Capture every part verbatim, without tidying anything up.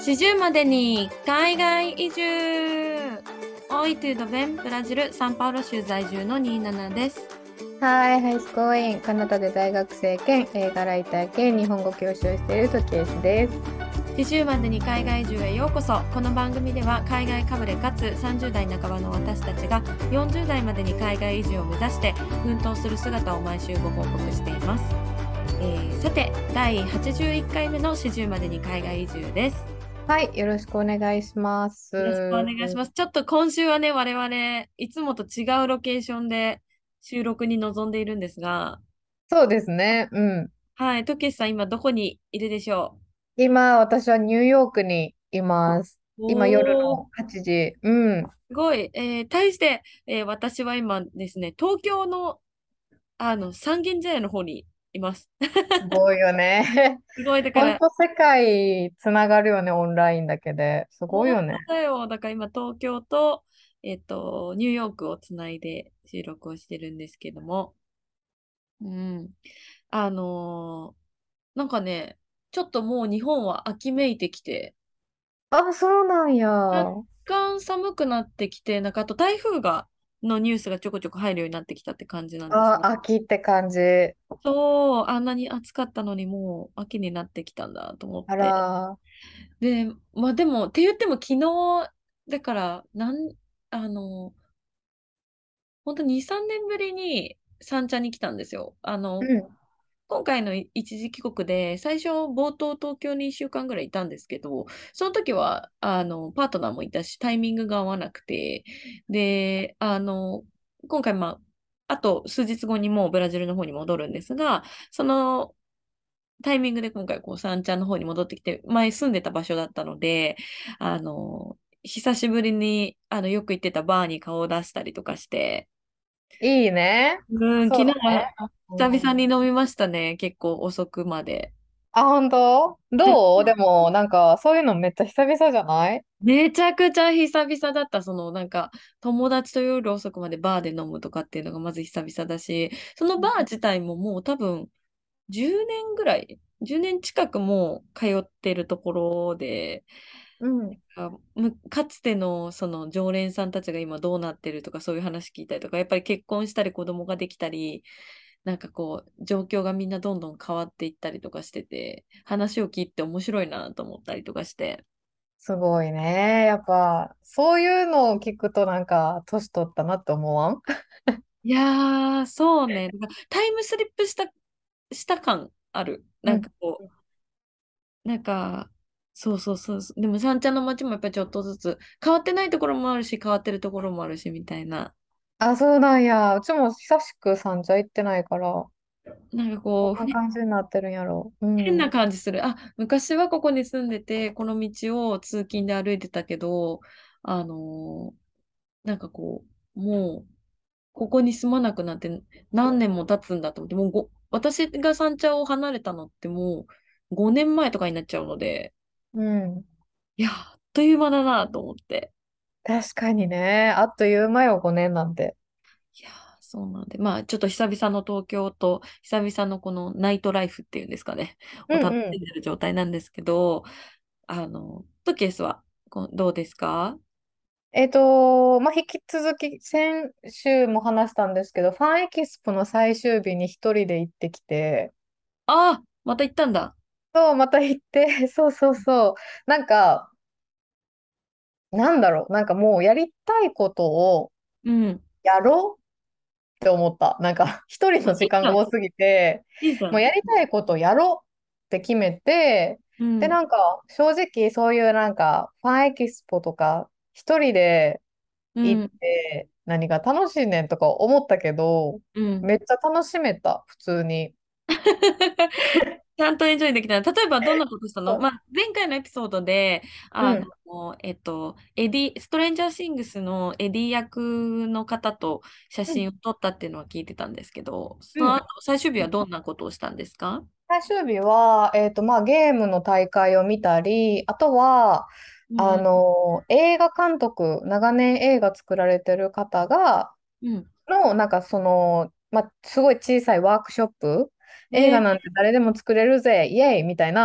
よんじゅうまでに海外移住。オイトゥードベンブラジル・サンパウロ州在住のにじゅうななです。 はい、ハイスコーイン、カナダで大学生兼映画ライター兼日本語教師をしているトキエスです。 よんじゅうまでに海外移住へようこそ。この番組では海外かぶれかつさんじゅう代半ばの私たちがよんじゅう代までに海外移住を目指して奮闘する姿を毎週ご報告しています。えーさて、だいはちじゅういっかいめのよんじゅうまでに海外移住です。 はい、よろしくお願いします。 よろしくお願いします。ちょっと今週はね、我々、いつもと違うロケーションで収録に臨んでいるんですが、 そうですね。うん。 はい、トケシさん、今どこにいるでしょ今、私はニューヨークにいます。 う？ 今、夜おー、 のはちじ。うん。 すごい。えー対して、えー私は今ですね、東京の、あの三軒茶屋の方にいます。 すごいよね。 すごい、だから、 本当世界つながるよね、オンラインだけで。すごい本よね。 当だよ。だから今、東京と、えっと、ニューヨークをつないで収録をしてるんですけども、うん。あのーなんかね、ちょっともう日本は秋めいてきて、 あ、そうなんや。 若あ、 干寒くなってきて、なんかあと台風が、のニュースがちょこちょこ入るようになってきたって感じなんですよ。 秋って感じ。 そう、あんなに暑かったのにもう秋になってきたんだと思っあて。 ら。 で、まあでも、って言っても昨日、だから、なん、あの、本当にさんねんぶりに三茶に来たんですよ。あの、 うん。 今回の一時帰国で、最初、冒頭東京にいっしゅうかんぐらいいたんですけど、その時は、あの、パートナーもいたし、タイミングが合わなくて、で、あの、今回、まあ、あと数日後にもうブラジルの方に戻るんですが、そのタイミングで今回、こう、三茶の方に戻ってきて、前住んでた場所だったので、あの、久しぶりに、あの、よく行ってたバーに顔を出したりとかして、 いいね。 うん、 そうだ昨日はね。 久うん。 々に飲みましたね。結構遅くまで。 あ、本当どうでも、なんか、そういうのめっちゃ久々じゃない？ めちゃくちゃ久々だった。その、なんか、友達と夜遅くまでバーで飲むとかっていうのがまず久々だし、そのバー自体ももう多分じゅうねんぐらい、じゅうねん近くもう通ってるところで、 うん。 あむかつてのその常連さんたちが今どうなってるとかそういう話聞いたりとか、やっぱり結婚したり子供ができたり、なんかこう、状況がみんなどんどん変わっていったりとかしてて、話を聞いて面白いなと思ったりとかして。 すごいね。やっぱ、そういうのを聞くとなんか、年取ったなって思わん？ いやー、そうね。なんかタイムスリップした、した感ある。なんうん。 かこう、なんか、そうそうそうそう。でも三茶の街もやっぱりちょっとずつ変わってないところもあるし、変わってるところもあるし、みたいな。 あ、そうなんや。うちも久しく三茶行ってないから、どなんかこう、 んな感じになってるんやろ。う変なん。 感じする。あ、昔はここに住んでて、この道を通勤で歩いてたけど、あのーなんかこう、もう、ここに住まなくなって何年も経つんだと思って、もうご、私が三茶を離れたのってもうごねんまえとかになっちゃうので、 うん。 いや、あっという間だなと思って。 確かにね。あっという間よ、ごねんなんて。 いやー、そうなんで、まあ、ちょっと久々の東京と、久々のこのナイトライフっていうんですかね、を楽うんうん。 しんでる状態なんですけど、あの、トケースはこうどうですか？ えっと、まあ、引き続き、先週も話したんですけど、ファンエキスポの最終日に一人で行ってきて、 ああ、また行ったんだ。 そう、また行って、そうそうそう。なんか、なんだろう。なんかもうやりたいことをうん。 やろうって思った。なんか、一人の時間いいじゃん。 が多すぎて、 いいじゃん。 もうやりたいことをやろうって決めて、で、 うん。 なんか、正直そういうなんか、ファンエキスポとか、一人で行っうん。 て何が楽しいねんとか思ったけど、 うん。 めっちゃ楽しめた、普通に。 ちゃんとエンジョイできた。例えばどんなことしたの？ そまあ、前回のエピソードで、 う。うあん。 の、えっと、エディ、ストレンジャーシングスのエディ役の方と写うん。 真を撮ったっていうのは聞いてたんですけど、そうん。 の後、最終日はどんなことをしたんですか？ 最終日は、えっと、まあ、ゲームの大会を見たり、あとは、あうん。 の、映画監督、長年映画作られてる方が、 うん。 の、なんかその、まあ、すごい小さいワークショップ、映えー、 画なんて誰でも作れるぜ、イエーイみたいな、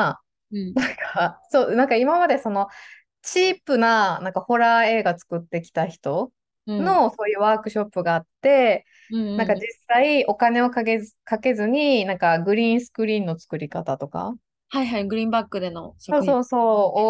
うん。 かそう、なんか今までそのチープな、なんかホラー映画作ってきた人うん。 のそういうワークショップがあって、 うんうん。 なんか実際お金をかけず、かけずに、なんかグリーンスクリーンの作り方とか、 はいはい、グリーンバックでの作品。 そうそうそう、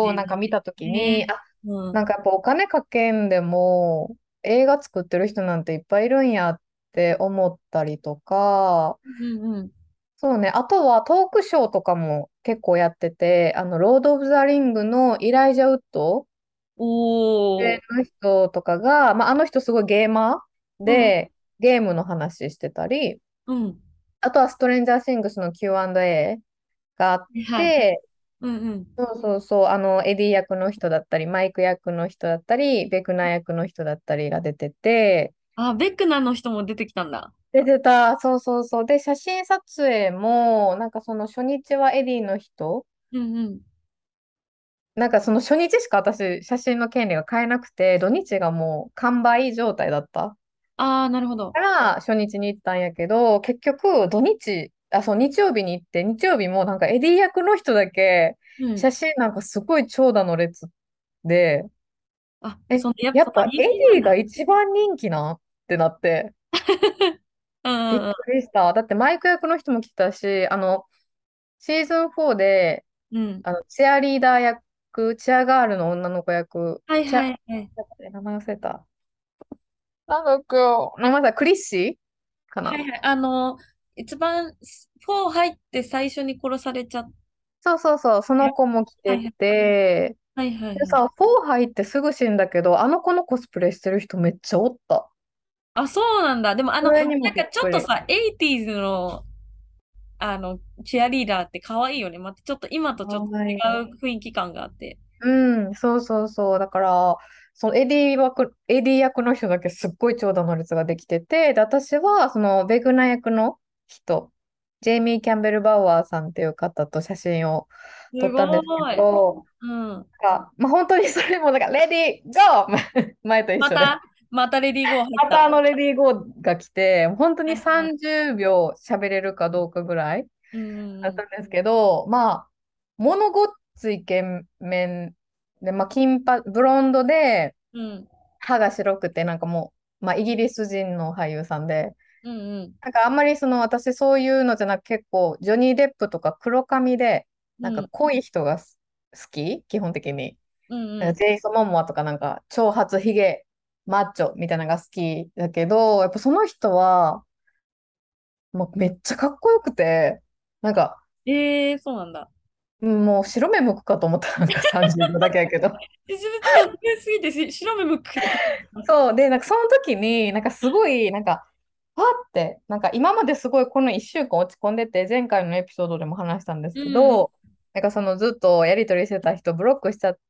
をなんか見たときに、 ね。 あ、 うん。 なんかやっぱお金かけんでも映画作ってる人なんていっぱいいるんやって思ったりとか、 うんうん。 そうね、あとはトークショーとかも結構やってて、あの、ロード・オブ・ザ・リングのイライジャ・ウッドおー。 の人とかが、まあ、あの人すごいゲーマーうん。 で、ゲームの話してたり、 うん。 あとはストレンジャー・シングスの キューアンドエー があっはい。 て、 うんうん。 そうそうそう、あの、エディ役の人だったり、マイク役の人だったり、ベクナー役の人だったりが出てて、 あ、ベックナーの人も出てきたんだ。 出てた、そうそうそう。で、写真撮影も、なんかその初日はエディの人、 うんうん。 なんかその初日しか私、写真の権利が買えなくて、土日がもう完売状態だった。 ああ、なるほど。 から初日に行ったんやけど、結局土日、あ、そう、日曜日に行って、日曜日もなんかエディ役の人だけ、 うん。 写真なんかすごい長蛇の列で、 あ、 え、 その、やっぱそんなやっぱエ人気なんだ。 ディが一番人気なってなって、 うんびっうんくりした。だってマイク役の人も来てたし、あの、シーズンフォーで、 うん。うん。 あの、チアリーダー役、チアガールの女の子役、 はいチア、 はいはい。 名前忘れた。なんだっけ、名前忘れた、クリッシーかな。 はいはい。あの、一番フォー入って最初に殺されちゃっそうそうそう、そのて。 子も来てはいはいて、 はいはいはい。 でさ、フォー入ってすぐ死んだけど、あの子のコスプレしてる人めっちゃおった。 あ、そうなんだ。でも、あの、なんそれにもびっかちょっくり。 とさ、エイティーズの、あの、チアリーダーって可愛いよね。またちょっと今とちょっとはい。 違う雰囲気感があって。 うん、そうそうそう。だから、そのエディ役、エディ役の人だけすっごい長蛇の列ができてて、で、私はそのベグナ役の人、ジェイミー・キャンベル・バウアーさんっていう方と写真を撮すったんですけごい。 ど、 うん。 なんか、まあ、本当にそれも、なんか、レディー、ゴー前と一緒で。 また、またレディーゴー入った。 またあのレディーゴーが来て、本当にはいはい。 さんじゅうびょう喋れるかどうかぐらいうんうんだったんですけど、まあ、物ごっつイケメンで、まあ、金髪、ブロンドで、 うん。うん。 歯が白くて、なんかもう、まあ、イギリス人の俳優さんで、 うんうん。 なんかあんまりその、私そういうのじゃなく結構、ジョニー・デップとか黒髪で、なんかうん濃い人がす好き、基本的に。 うんうん。 なんかジェイソン・モモアとかなんか、長髪ひげ、マッチョみたいなのが好きだけど、やっぱその人は、もうめっちゃかっこよくて、なんか、 えー、そうなんだ。 うんもう白目向くかと思った、なんかさんじゅうびょうだけやけど。 自分ちょっとすぎてし白目むくって。 そう、で、なんかその時に、なんかすごい、なんか、わって、なんか今まですごいこのいっしゅうかん落ち込んでて、前回のエピソードでも話したんですうんうん。 けど、なんかそのずっとやりとりしてた人ブロックしちゃって、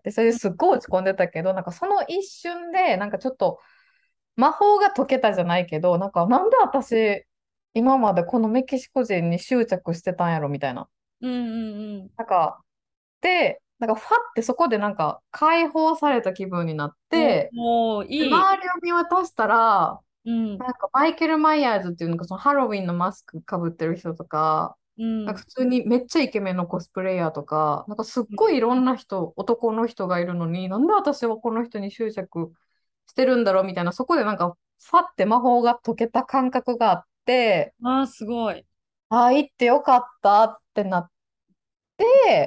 で、それですっごい落ち込んでたけど、なんかその一瞬で、なんかちょっと魔法が解けたじゃないけど、なんかなんで私、今までこのメキシコ人に執着してたんやろみたいな。 うんうんうん。 なんか、で、なんかファってそこでなんか解放された気分になっおて、 おー、いい。 で周りを見渡したら、 うん。 なんかマイケル・マイヤーズっていうなんかそのハロウィンのマスクかぶってる人とか、 うん。 なんか普通にめっちゃイケメンのコスプレイヤーとか、なんかすっごいいろんな人、男の人がいるのに、なんで私はこの人に執着してるんだろうみたいな、そこでなんか、ファって魔法が解けた感覚があって、 ああ、すごい。 ああ、行ってよかったってなって、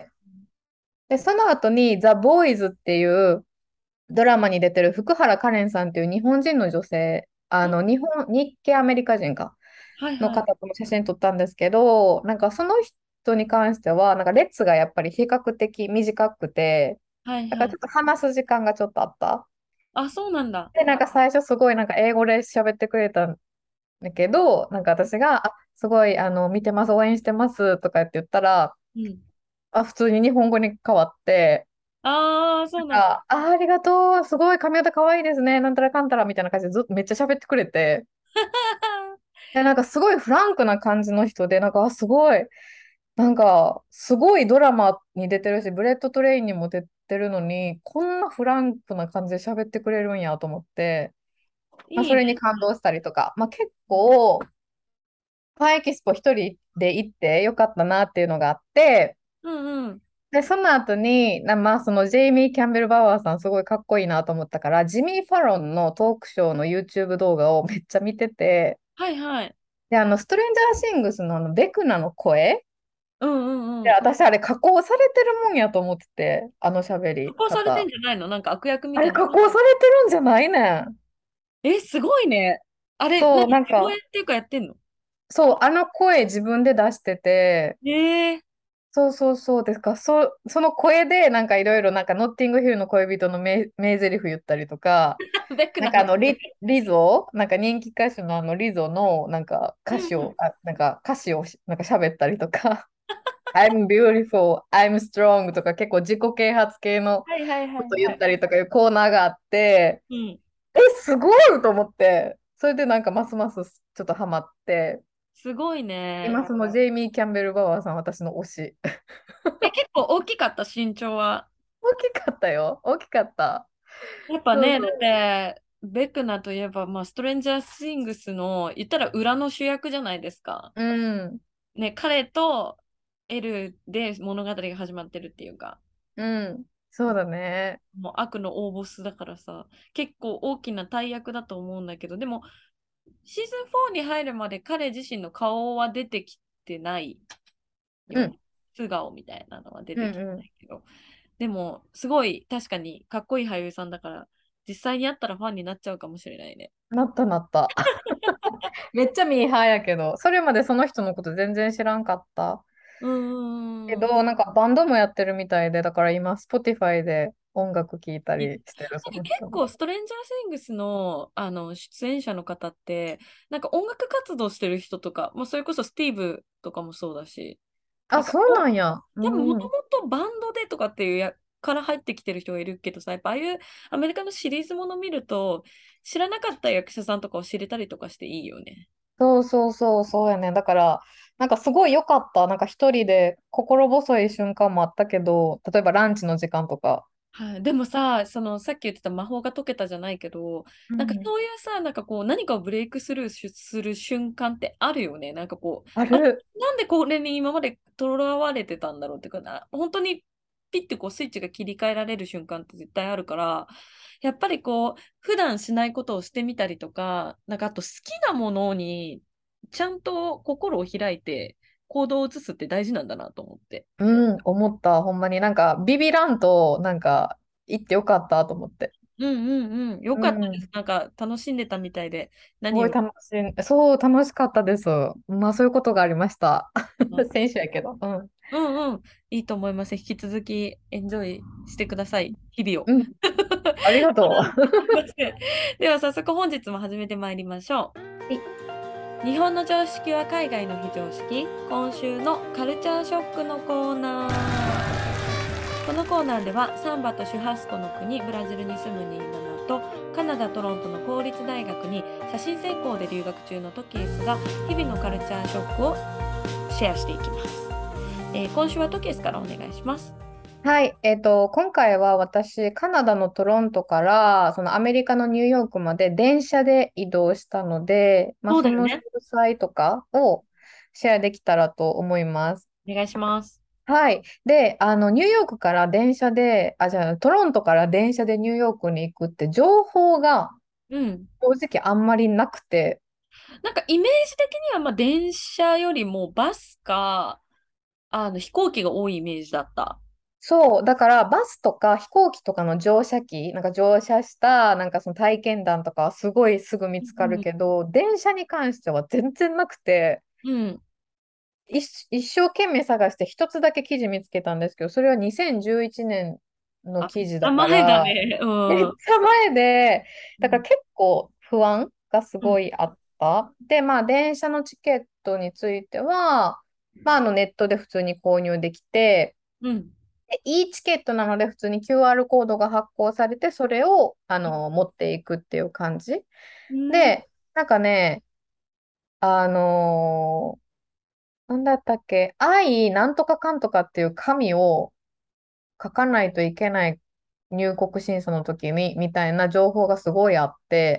で、その後にザ・ボーイズっていうドラマに出てる福原カレンさんっていう日本人の女性、あうんの、日本、日系アメリカ人か。のはいはい。 方とも写真撮ったんですけど、なんかその人に関しては、なんか列がやっぱり比較的短くて、 はいはい。 だからちょっと話す時間がちょっとあった。 あ、そうなんだ。 で、なんか最初すごいなんか英語で喋ってくれたんだけど、なんか私が、あ、すごい、あの、見てます、応援してますとかって言ったら、 うん。 あ、普通に日本語に変わって、 ああ、 なんそうなんだ。 か、あ、ありがとう、すごい髪型可愛いですね、なんたらかんたらみたいな感じでずっとめっちゃ喋ってくれて、で、なんかすごいフランクな感じの人で、なんか、あすごい、なんか、すごいドラマに出てるし、ブレッドトレインにも出てるのに、こんなフランクな感じで喋ってくれるんやと思って、まあ、それにいいね。 感動したりとか、まあ、結構、パンエキスポ一人で行ってよかったなっていうのがあって、 うんうん。 で、その後に、なまあ、そのジェイミー・キャンベル・バワーさんすごいかっこいいなと思ったから、ジミー・ファロンのトークショーの YouTube 動画をめっちゃ見てて、 はいはい。 で、あの、ストレンジャー・シングスのあの、ベクナの声うんうんうで、 ん。 私あれ加工されてるもんやと思ってて、あの喋り加工されてん方。 じゃないの？なんか悪役みあれたいな。 加工されてるんじゃないねん。 え、すごいね。あれ、 そう、 何なんか、 上演っていうかやってんの？ そう、あの声自分で出してて、 ええそうそうそうですか、そ、その声でなんかいろいろなんかノッティングヒルの恋人の名、名台詞言ったりとか、 ー、ベックなの。 なんかあのリ、リゾなんか人気歌手のあのリゾのなんかうんうん。 歌詞を、あ、なんか歌詞をしなんか喋ったりとか、I'm beautiful, I'm strong とか結構自己啓発系のはいはいはこといはい。 言ったりとかいうコーナーがあって、 うん。 え、すごいと思って、それでなんかますますちょっとハマって、 すごいね。 今そのジェイミー・キャンベル・バワーさん私の推し。 え、結構大きかった身長は？ 大きかったよ。大きかった。 やっぱね、だっそうそて、ベクナといえば、まあ、ストレンジャー・シングスの、言ったら裏の主役じゃないですか。 う。うん。 ね、彼とエルで物語が始まってるっていうか、 うん。そうだね。 もう悪の大ボスだからさ、結構大きな大役だと思うんだけど、でも、シーズンフォーに入るまで彼自身の顔は出てきてないよね。 うん。 素顔みたいなのは出てきてうんうないけど。でも、すごい確かにかっこいい俳優さんだから、実際に会ったらファンになっちゃうかもしれないね。 ん。なったなった。めっちゃミーハーやけど、それまでその人のこと全然知らんかった。 うーん。 けど、なんかバンドもやってるみたいで、だから今、Spotify で音楽聴いたいりしてる、その結人の。 構ストレンジャーシングスの、あの出演者の方ってなんか音楽活動してる人とか、まあ、それこそスティーブとかもそうだし、なあ、 んかそうなんや。う多分もとん。 もとバンドでとかっていうやから入ってきてる人がいるけどさ、やっぱああいうアメリカのシリーズもの見ると知らなかった役者さんとかを知れたりとかしていいよね。 そうそうそう、そうやね。だから、なんかすごい良かった。なんか一人で心細い瞬間もあったけど、例えばランチの時間とか。 はい、でもさ、そのさっき言ってた魔法が解けたじゃないけど、なんかうん。 そういうさ、なんかこう何かをブレイクスルーしする瞬間ってあるよね。なんかこう、あれ、 ある。 なんでこれに今までとらわれてたんだろうっていうかな、本当にピッてこうスイッチが切り替えられる瞬間って絶対あるから、やっぱりこう、普段しないことをしてみたりとか、なんかあと好きなものにちゃんと心を開いて行動を移すって大事なんだなと思って。 うん、思った。ほんまになんかビビらんと、なんか行ってよかったと思って。 うんうんうん。ようかったです。 ん。 なんか楽しんでたみたいで、 すごい何より。 楽しい。そう、楽しかったです。まあそういうことがありました。選手やけど。うん。 うんうん。いいと思います。引き続きエンジョイしてください。日々を。 うん。ありがとう。 では早速本日も始めてまいりましょはい。 う。日本の常識は海外の非常識。今週のカルチャーショックのコーナー。このコーナーではサンバとシュハスコの国ブラジルに住むニーナナとカナダ・トロントの公立大学に写真専攻で留学中のトキエスが日々のカルチャーショックをシェアしていきます。えー今週はトキエスからお願いします。 はい。えっと、今回は私、カナダのトロントから、そのアメリカのニューヨークまで電車で移動したので、まあ、その詳そうだよね。 細とかをシェアできたらと思います。 お願いします。 はい。で、あの、ニューヨークから電車で、あ、じゃあ、トロントから電車でニューヨークに行くって情報がうん。 正直あんまりなくて、 なんかイメージ的にはまあ電車よりもバスかあの飛行機が多いイメージだった。 そう、だからバスとか飛行機とかの乗車機、なんか乗車したなんかその体験談とかはすごいすぐ見つかるうん。 けど、電車に関しては全然なくて、 うん。 一、一生懸命探して一つだけ記事見つけたんですけど、それはにせんじゅういちねんのあ、 記事だか名前だら、 ね。うめっん。 ちゃ前で、 うん。 だから結構不安がすうん。 ごいあった。で、まあ電車のチケットについては、まああのネットで普通に購入できて、 うん。 でいいチケットなので、普通に キューアール コードが発行されて、それを、あの、持っていくっていう感じ。 うん。 で、なんかね、あのーなんだったっけ、愛なんとかかんとかっていう紙を書かないといけない入国審査の時に、みたいな情報がすごいあって、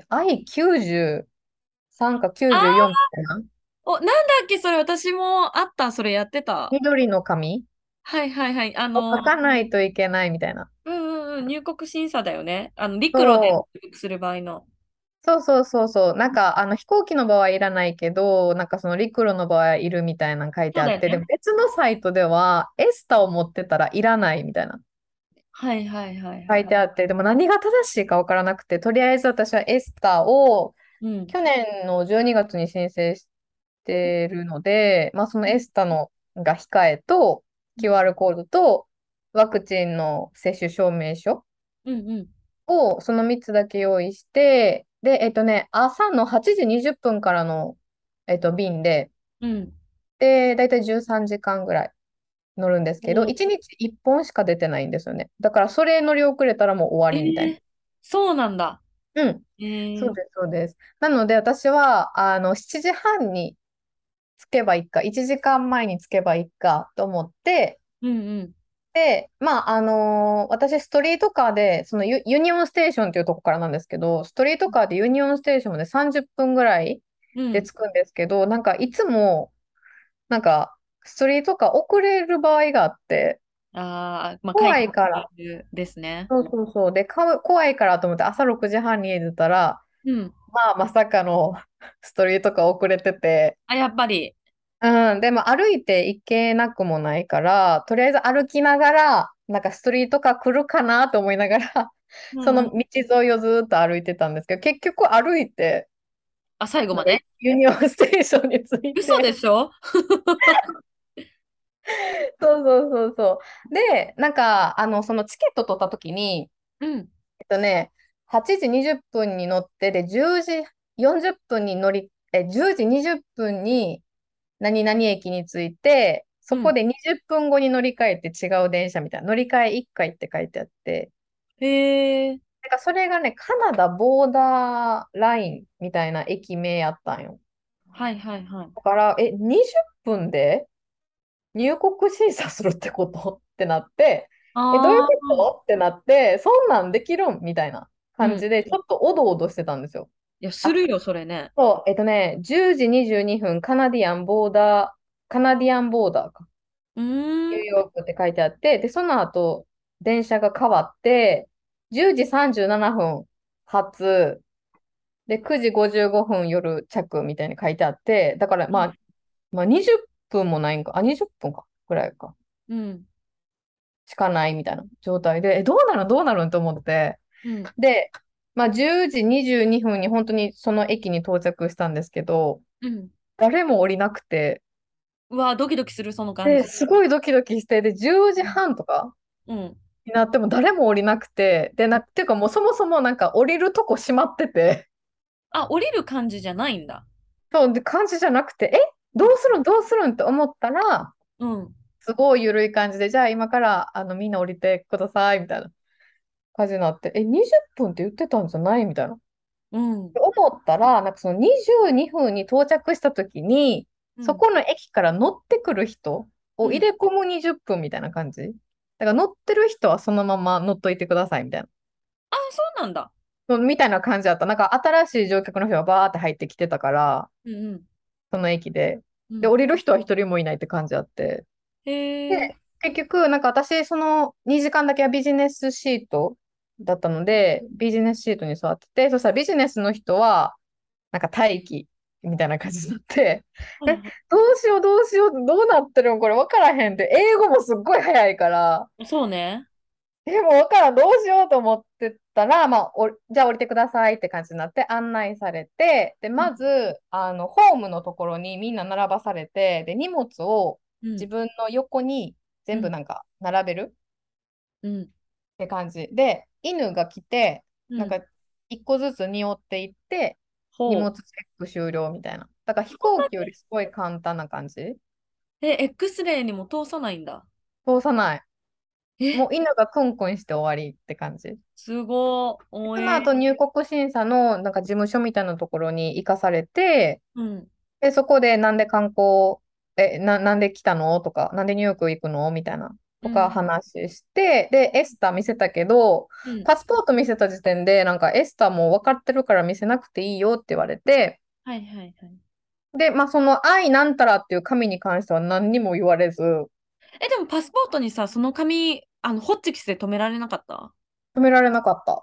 愛きゅうじゅうさんかあきゅうじゅうよんみたいな、 お、なんだっけ、それ私もあった、それやってた。 緑の紙。 はいはいはい。あの、 を書かないといけないみたいな。 うんうんうん、入国審査だよね。あの、陸路でそう。 入国する場合の。 そうそうそうそう。なんか、あの、飛行機の場合いらないけど、なんかその陸路の場合いるみたいなの書いてあって、でそうだよね。 も別のサイトでは、エスタを持ってたらいらないみたいなはいはいはいは書いはい。 いてあって、でも何が正しいかわからなくて、とりあえず私はエスタをうん。 去年のじゅうにがつに申請してるので、まあそのエスタのが控えと、 うんキューアール コードと、ワクチンの接種証明書うんうんをそのみっつだけ用意して、で、えっとね、朝のはちじにじゅっぷんからの、えっと、便で、 うんで、だいたいじゅうさんじかんぐらい乗るんですけど、 おーいちにちいっぽんしか出てないんですよね。だから、それ乗り遅れたらもう終えわりみたいな。 ー、そうなんだ。 うん。 えー、 そうです、そうです。なので、私は、あの、しちじはんに着けばいいか、いちじかんまえに着けばいいかと思って、 うんうんで、まあ、あのー私、ストリートカーで、そのユ、ユニオンステーションっていうとこからなんですけど、ストリートカーでユニオンステーションまでさんじゅっぷんぐらいうんで着くんですけど、なんか、いつも、なんか、ストリートカー遅れる場合があって、 ああ、まあ、海怖外いから、 ですね。 そうそうそう、で、か怖いからと思って朝ろくじはんに家出たら、 うん。 まあ、まさかのストリートカー遅れてて、 あ、やっぱり。 うん、でも歩いて行けなくもないから、とりあえず歩きながら、なんかストリートカー来るかなと思いながら、そうんうん。 の道沿いをずっと歩いてたんですけど、結局歩いて、 あ、最後なんかまでユニオンステーションに着い嘘でて、 しょ？ そうそうそうそう。で、なんか、あの、そのチケット取った時に、 うん。 えっとね、はちじにじゅっぷんに乗って、で、じゅうじよんじゅっぷんに乗り、え、じゅうじにじゅっぷんに何々駅に着いて、 うん。 そこでにじゅっぷんごに乗り換えて違う電車みたいな、乗り換えいっかいって書いてあって、 へえ。 なんかそれがね、カナダボーダーラインみたいな駅名やったんよ。 はいはいはい。 だから、え、にじゅっぷんで入国審査するってことってなって、え、どういうああ。 ことってなって、そんなんできるんみたいなうん。 感じで、ちょっとおどおどしてたんですよ。 いや、すあ、 るよ、それね。 そう、えっとね、じゅうじにじゅうにふん、カナディアンボーダー、カナディアンボーダーか。 うーん。 ニューヨークって書いてあって、で、その後、電車が変わって、じゅうじさんじゅうななふん発、で、くじごじゅうごふん夜着みたいに書いてあって、だからまあ、まあにじゅっぷんもないんか、あ、にじゅっぷんか、ぐらいか、 うん。 しかないみたいな状態で、え、どうなるどうなると思って、 うん。 で、まあじゅうじにじゅうにふんに本当にその駅に到着したんですけど、 うん。 誰も降りなくて、 うわ、ドキドキする、その感で、 じ。 すごいドキドキして、で、10時うん。 半とかうん。 になっても誰も降りなくて、で、な、っていうかもうそもそもなんか降りるとこ閉まってて、 あ、降りる感じじゃないんだ。 そう、で、感じじゃなくて、え、どうするんどうするんって思ったら、 うん。 すごい緩い感じで、じゃあ今からあのみんな降りてください、みたいな感じになって、え、にじゅっぷんっぷんって言ってたんじゃないみたいな。 うん。 思ったら、なんかそのにじゅうにふんににふんに到着した時に、 うん。 そこの駅から乗ってくる人を入うん。 れ込むにじゅっぷんみたいな感じ。だから乗ってる人はそのまま乗っといてくださいみたいな。 あ、そうなんだ。 そうみたいな感じだった。なんか新しい乗客の人がバーって入ってきてたから、 うんうん。 その駅で。で、 うん。 降りる人は一人もいないって感じあって。 へえ。 で、結局、なんか私、そのにじかんだけはビジネスシートだったので、ビジネスシートに座ってて、そしたらビジネスの人は、なんか待機みたいな感じになって、え、 はいはどうしようどうしよう、どうなってるんこれ分からへんって、英語もすっごい早いから、 い。そうね。 でも分からん、どうしようと思ってたら、まあ、お、じゃあ降りてくださいって感じになって案内されて、で、 うん。 まず、あの、ホームのところにみんな並ばされて、で、荷物をうん。 自分の横にうん。 全部なんか並べるうん。 って感じで、犬が来て、 うん。 なんか一個ずつ匂っていって、荷ほう。 物チェック終了みたいな。だから飛行機よりすごい簡単な感じ。 え、X レイにも通さないんだ。 通さない。 え、 もう犬がクンクンして終わりって感じ。 すごい。おえその後入国審査のなんか事務所みたいなところに行かされて、 うん。 で、そこでなんで観光、え、な、なんで来たのとか、なんでニューヨーク行くのみたいな、とかうん。 話して、で、エスタ見せたけど、 うん。 パスポート見せた時点で、なんかエスタもう分かってるから見せなくていいよって言われて、 はいはいはい。 で、まあその愛なんたらっていう紙に関しては何にも言われず、 え、でもパスポートにさ、その紙、あの、ホッチキスで止められなかった？ 止められなかった。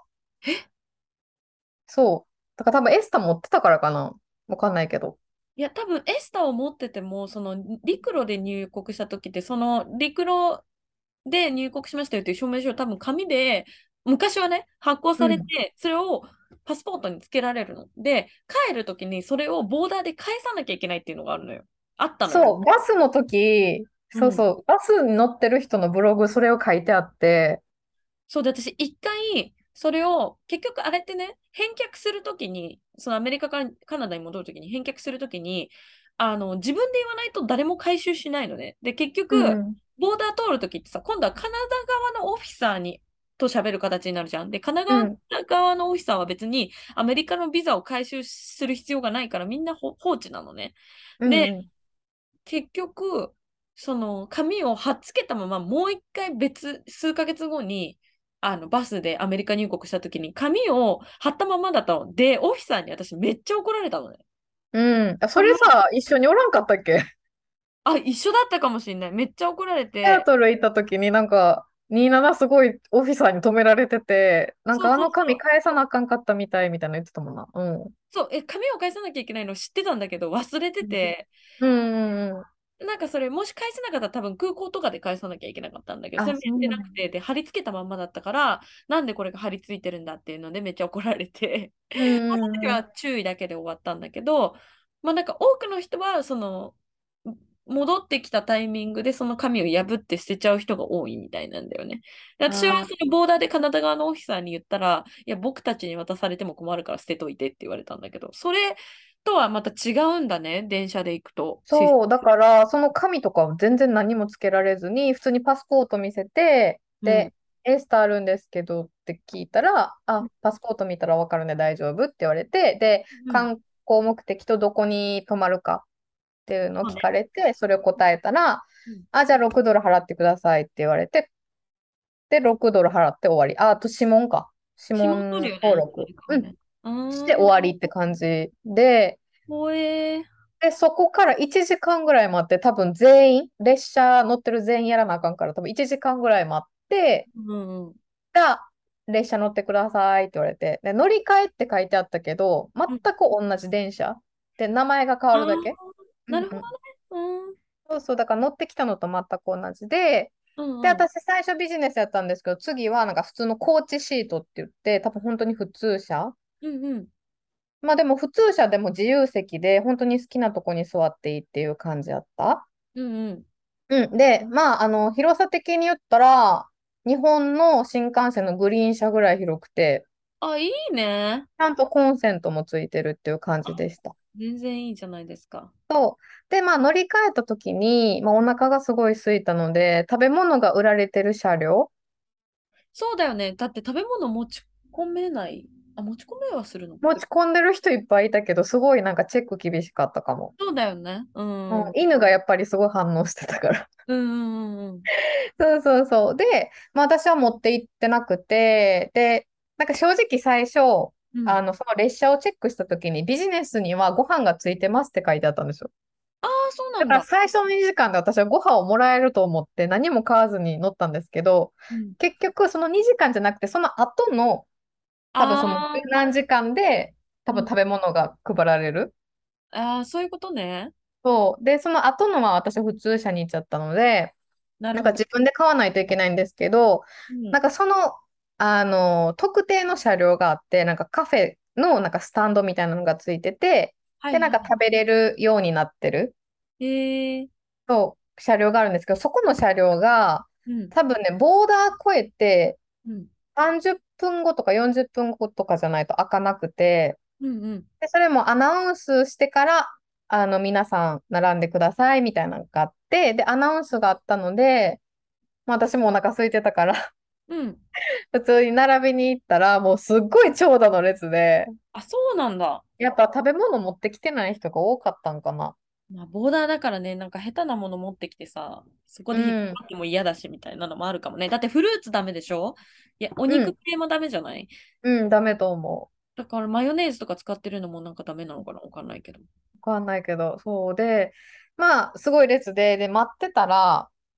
そう。だから多分エスタ持ってたからかな。わかんないけど。 いや、多分エスタを持ってても、その陸路で入国した時って、その陸路で入国しましたよっていう証明書を多分紙で、昔はね、発行されうん。 て、それをパスポートにつけられるの。で、帰る時にそれをボーダーで返さなきゃいけないっていうのがあるのよ。あったのよ。 そう、バスの時、 うん。 そうそう、バスに乗ってる人のブログ、それを書いてあって、 そうで、私一回、それを、結局あれってね、返却するときに、そのアメリカからカナダに戻るときに返却するときに、あの、自分で言わないと誰も回収しないのね。で、結局、 うん、 ボーダー通るときってさ、今度はカナダ側のオフィサーに、と喋る形になるじゃん。で、カナダうん、 側のオフィサーは別にアメリカのビザを回収する必要がないからみんな放置なのね。で、 うん、うん。 結局、その紙を貼っつけたまま、もう一回別、数ヶ月後に、あの、バスでアメリカ入国した時に、紙を貼ったままだったので、オフィサーに私めっちゃ怒られたのね。 うん。あ、そこれは、 れさ、一緒におらんかったっけ？ あ、一緒だったかもしれない。めっちゃ怒られシアて、 トル行った時になんか、にじゅうななすごいオフィサーに止められてて、なんそうかあの紙そうそう。 返さなあかんかったみたいみたいなの言ってたもんな。うん。 そう、え、紙を返さなきゃいけないの知ってたんだけど、忘れてて、 うん、うん、 なんかそれ、もし返せなかったら多分空港とかで返さなきゃいけなかったんだけど、そあ、 れもやっそうなんだ。 てなくて、で、貼り付けたまんまだったから、なんでこれが貼り付いてるんだっていうのでめっちゃ怒られて、 うその時ん、うん、 は注意だけで終わったんだけど、まあなんか多くの人は、その、戻ってきたタイミングでその紙を破って捨てちゃう人が多いみたいなんだよね。で私はあー、 そのボーダーでカナダ側のオフィサーに言ったら、いや、僕たちに渡されても困るから捨てといてって言われたんだけど、それとはまた違うんだね、電車で行くと。シスそう、だから、その紙とかを全然何もつけられずに、普通にパスポート見せて、 うん。 で、エスタあるんですけどって聞いたら、あ、パスポート見たらわかるね、大丈夫って言われて、で、 うん。 観光目的とどこに泊まるかっていうのを聞そうね。 かれて、それを答えたら、 うん。 あ、じゃあろくドル払ってくださいって言われて、で、ろくドル払って終わり。あ、あと指紋か。指指紋取紋るよね、アメ登録。うん。 リカはね。うして終ーん。 わりって感じで、 ほえー。 で、そこからいちじかんぐらい待って、多分全員、列車乗ってる全員やらなあかんから、多分いちじかんぐらい待って、 うんうん。 じゃあ、列車乗ってくださいって言われて、で、乗り換えって書いてあったけど、全うん。 く同じ電車で、名前が変わああ、 るだけ。うなるほんうん。 どね。うん。 そうそう、だから乗ってきたのと全く同じで、で、 うんうん。 私最初ビジネスやったんですけど、次はなんか普通のコーチシートって言って、多分本当に普通車。 うんうん。 まあでも普通車でも自由席で、本当に好きなとこに座っていいっていう感じやった。 うんうん。 うん。で、まあ、あの、広さ的に言ったら、日本の新幹線のグリーン車ぐらい広くて、 あ、いいね。 ちゃんとコンセントもついてるっていう感じあ、 でした。 全然いいじゃないですか。 で、まあ、乗り換えた時に、まあ、お腹がすごい空いたので、食べ物が売られてる車両、 そうだよね。だって食べ物持ち込めない。あ、持ち込めはするの持ちけど。 込んでる人いっぱいいたけど、すごいなんかチェック厳しかったかも。 そうだよね。ううん、 ん。うん犬がやっぱりすごい反応してたから。 うんうんうん。 そうそうそう。で、まあ、私は持って行ってなくて、で、なんか正直最初、 うん。 あの、その列車をチェックしたときにビジネスにはご飯がついてますって書いてあったんですよ。 ああ、そうなだからんだ。 最初のにじかんで私はご飯をもらえると思って何も買わずに乗ったんですけど、 うん。 結局そのにじかんじゃなくてその後の多分そのああ、 何時間で多うん。 分食べ物が配られる。 ああ、そういうことね。 そう。で、その後のは私普通車に行っちゃったので、なんかなるほど。 自分で買わないといけないんですけど、 うん。 なんかその、あの、特定の車両があって、なんかカフェのなんかスタンドみたいなのがついてて、で、なんかはいは食べれるようになってる、 い。えー。 そう、車両があるんですけど、そこの車両が、 うん。 多分ね、ボーダー越えてうん。 さんじゅっぷんごとかよんじゅっぷんごとかじゃないと開かなくて、 うんうん。 で、それもアナウンスしてから、あの、皆さん並んでくださいみたいなのがあって、で、アナウンスがあったので、まあ、私もお腹空いてたからうん。 普通に並びに行ったら、もうすっごい長蛇の列で、 あ、そうなんだ。 やっぱ食べ物持ってきてない人が多かったんかな。 まあ、ボーダーだからね、なんか下手なもの持ってきてさ、そこうで引っかん、 かっても嫌だしみたいなのもあるかもね。だってフルーツダメでしょ？いや、おうん、 肉系もダメじゃない？ うん、ダメと思だからマヨネーズとか使ってるのもなんかダメなのかな？わかんないけど。 う。わかんないけど、そうで、まあ、すごい列で、で、待ってたら、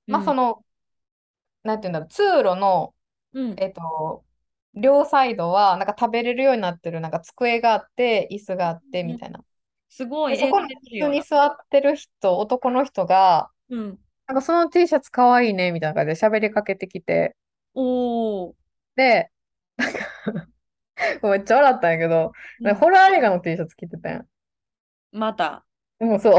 うん。 まあその、なんていうんだろう、通路の、 うん。 えっと、両サイドは、なんか食べれるようになってる、なんか机があって、椅子があって、 うん。 みたいな。で、 すごい、映画そこに普通にで見るような。 座ってる人、男の人が、 うん。 なんかその T シャツかわいいね、みたいな感じで喋りかけてきて、 おー。 で、めっちゃ笑ったんやけど、 うん。 ホラー映画の T シャツ着てたやん。 また。 もうそう。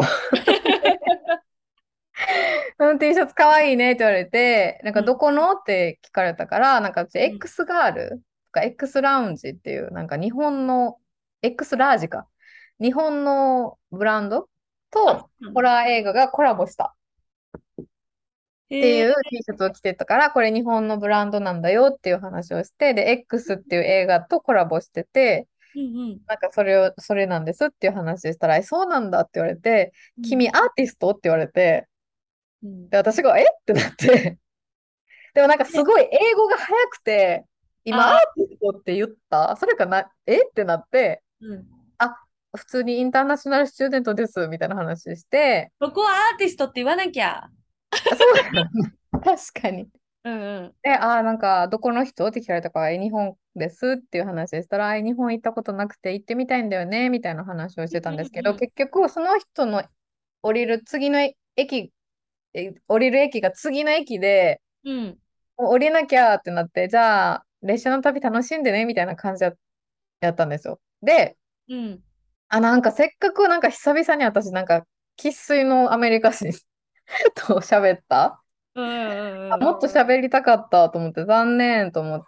その T シャツかわいいねって言われて、なんかうん。 どこのって聞かれたから、なんかうちうん。 X ガールとか X ラウンジっていう、なんか日本の X ラージか。日本のブランドあ、そとうなんだ。 ホラー映画がコラボしたってへえ。 いう T シャツを着てたから、これ日本のブランドなんだよっていう話をして、で、X っていう映画とコラボしてて、 うんうん。 なんかそれを、それなんですっていう話したら、え、そうなんだって言われて、 うん。 君アーティストって言われて、 うん。 で、私が、えってなって、でもなんかすえ、 ごい英語が早くて、今アーあ、 ティストって言ったそれかな、えってなって、 うん。 あ、普通にインターナショナルスチューデントですみたいな話して、 そこはアーティストって言わなきゃ。 あそうやな。確かに。 うんうん。 で、あー、なんか、どこの人って聞かれたから、え日本ですっていう話でしたら、え日本行ったことなくて行ってみたいんだよね、みたいな話をしてたんですけど、 うんうん。 結局、その人の降りる次の駅、え降りる駅が次の駅で、 うん。 もう降りなきゃってなって、じゃあ、列車の旅楽しんでね、みたいな感じや、やったんですよ。で、 うん。 あ、なんかせっかくなんか久々に私なんか生粋のアメリカ人と喋った。 うんうんうん。 あもっと喋りたかったと思って残念と思って、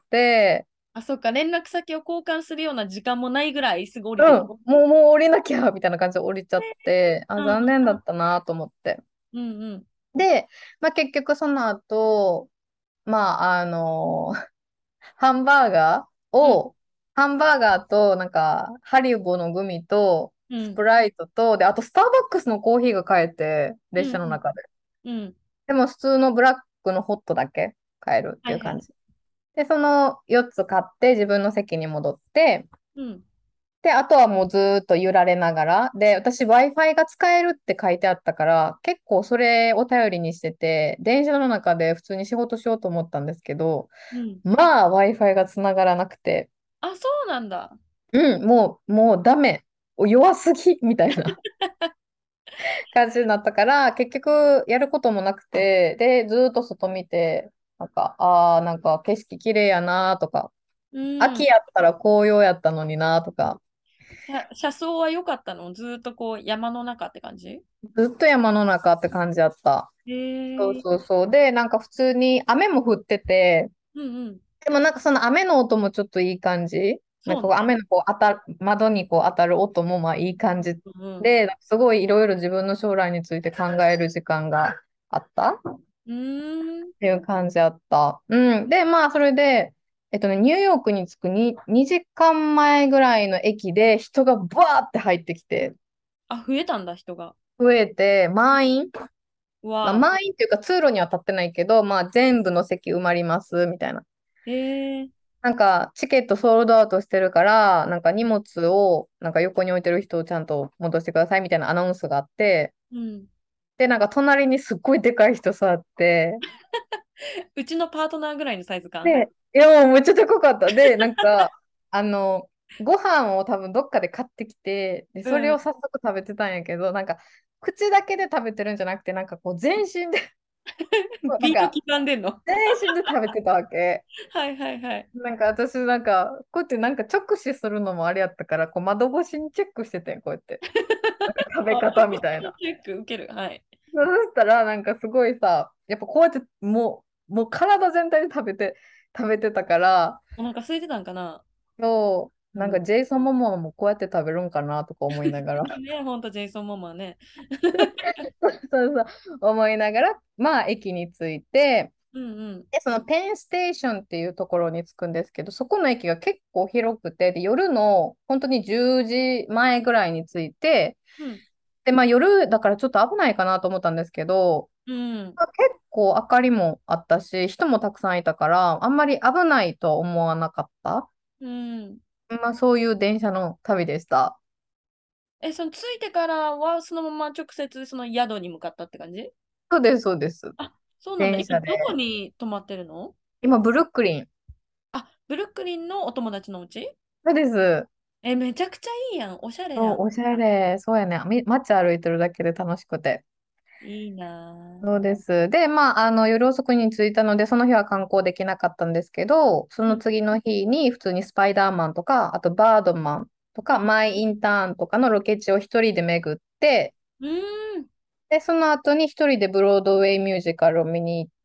あ、そっか、連絡先を交換するような時間もないぐらいすぐ降りてきた。 うん、もう、もう降りなきゃみたいな感じで降りちゃって、あ、 うん残念だったなと思って。 うんうん。 で、まあ結局その後、まああのハンバーガーうんを、ハンバーガーと、なんか、ハリボのグミと、スプうんライトと、で、あとスターバックスのコーヒーが買えて、列車うんうんの中で。 うん。 でも、普通のブラックのホットだけ買えるってはいはい。 いう感じ。で、そのよっつ買って自分の席に戻って、 うん。 で、あとはもうずーっと揺られながら、で、私 Wi-Fi が使えるって書いてあったから、結構それを頼りにしてて、電車の中で普通に仕事しようと思ったんですけど、 うん。 まあ Wi-Fi が繋がらなくて、 あ、そうなんだ。 うん、もう、もうダメ。弱すぎみたいな感じになったから、結局やることもなくて、で、ずーっと外見て、なんか、ああ、なんか景色綺麗やなとか、 うん。 秋やったら紅葉やったのになとか、 車、車窓は良かったの？ずーっとこう山の中って感じ？ ずっと山の中って感じやった。 へそうえ。 そうそう。で、なんか普通に雨も降ってて、 うんうん。 でもなんかその雨の音もちょっといい感じ。なんそうね。 かこう雨のこう当たる、窓にこう当たる音もまあいい感じうんで、すごいいろいろ自分の将来について考える時間があったっうん。うーん。 ていう感じあった。うん。で、まあそれで、えっとね、ニューヨークに着くににじかんまえぐらいの駅で人がバーって入ってきて、 あ、増えたんだ、人が。 増えて、満員まあ、 わあ。 満員っていうか通路には立ってないけど、まあ全部の席埋まりますみたいな。 へえ。 なんか、チケットソールドアウトしてるから、なんか荷物を、なんか横に置いてる人をちゃんと戻してくださいみたいなアナウンスがあって、 うん。 で、なんか隣にすっごいでかい人座って、 うちのパートナーぐらいのサイズ感。 で、いやもうめっちゃでかかった。で、なんか、あの、ご飯を多分どっかで買ってきて、で、 うん。 それを早速食べてたんやけど、なんか、口だけで食べてるんじゃなくて、なんかこう全身で、なんか、 ビート刻んでんの？ 全身で食べてたわけ。 はいはいはい。 なんか私なんか、こうやってなんか直視するのもあれやったから、こう窓越しにチェックしててん、こうやって。なんか食べあ、 方みたいな。 チェック受ける。はい。 そしたらなんかすごいさ、やっぱこうやってもう、もう体全体で食べて、食べてたから、 お腹空いてたんかな？ そう、 うん。 なんかジェイソンモモもこうやって食べるんかなとか思いながら、 ね、ほんとジェイソン・モモはね。 そうそう思いながら、まあ駅に着いて、 うんうん。 で、そのペンステーションっていうところに着くんですけど、そこの駅が結構広くて、で、夜の本当にじゅうじまえぐらいに着いて、 うん。 で、まあ夜だからちょっと危ないかなと思ったんですけど、 うん。 まあ結構明かりもあったし、人もたくさんいたから、あんまり危ないとは思わなかった。 うん。 まあそういう電車の旅でした。 え、その着いてからはそのまま直接その宿に向かったって感じ？ そうです、そうです。 そうなんだ。今、 電車で。 どこに泊まってるの？ 今、ブルックリン。 あ、ブルックリンのお友達のお家？ そうです。 え、めちゃくちゃいいやん。おしゃれそう、 やん。 おしゃれ。そうやね。み街歩いてるだけで楽しくて。 いいなそうです。で、まあ、あの、夜遅くに着いたので、その日は観光できなかったんですけど、そぁ。うん。 の次の日に普通にスパイダーマンとか、あとバードマンとか、マイ・インターンとかのロケ地を一人で巡って、 うーん。 で、その後に一人でブロードウェイミュージカルを見に行って、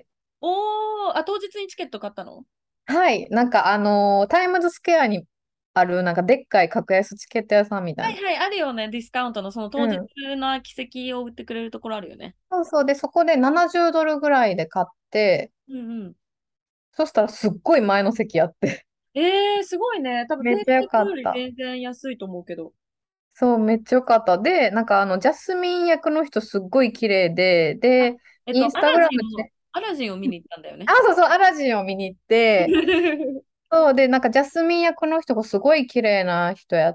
おー、あ、当日にチケット買ったの？ はい、なんかあのータイムズスクエアにある、なんかでっかい格安チケット屋さんみたいな。 はいはい、あるよね。ディスカウントのその当日うん。 の奇跡を売ってくれるところあるよね。 そうそう。で、そこでななじゅうドルぐらいで買って、 うんうん。 そしたらすっごい前の席あって、 えー、すごいね。多分定めっちゃ良期よりかった。 全然安いと思うけど。 そう、めっちゃ良かった。で、なんかあの、ジャスミン役の人すっごい綺麗で、 あ、 で、 えっと、アインスタグラジンを、 ラムで、 アラジンを見に行ったんだよあ、 ね。 そうそう、アラジンを見に行って、そうで、なんかジャスミン役の人がすごい綺麗な人やって、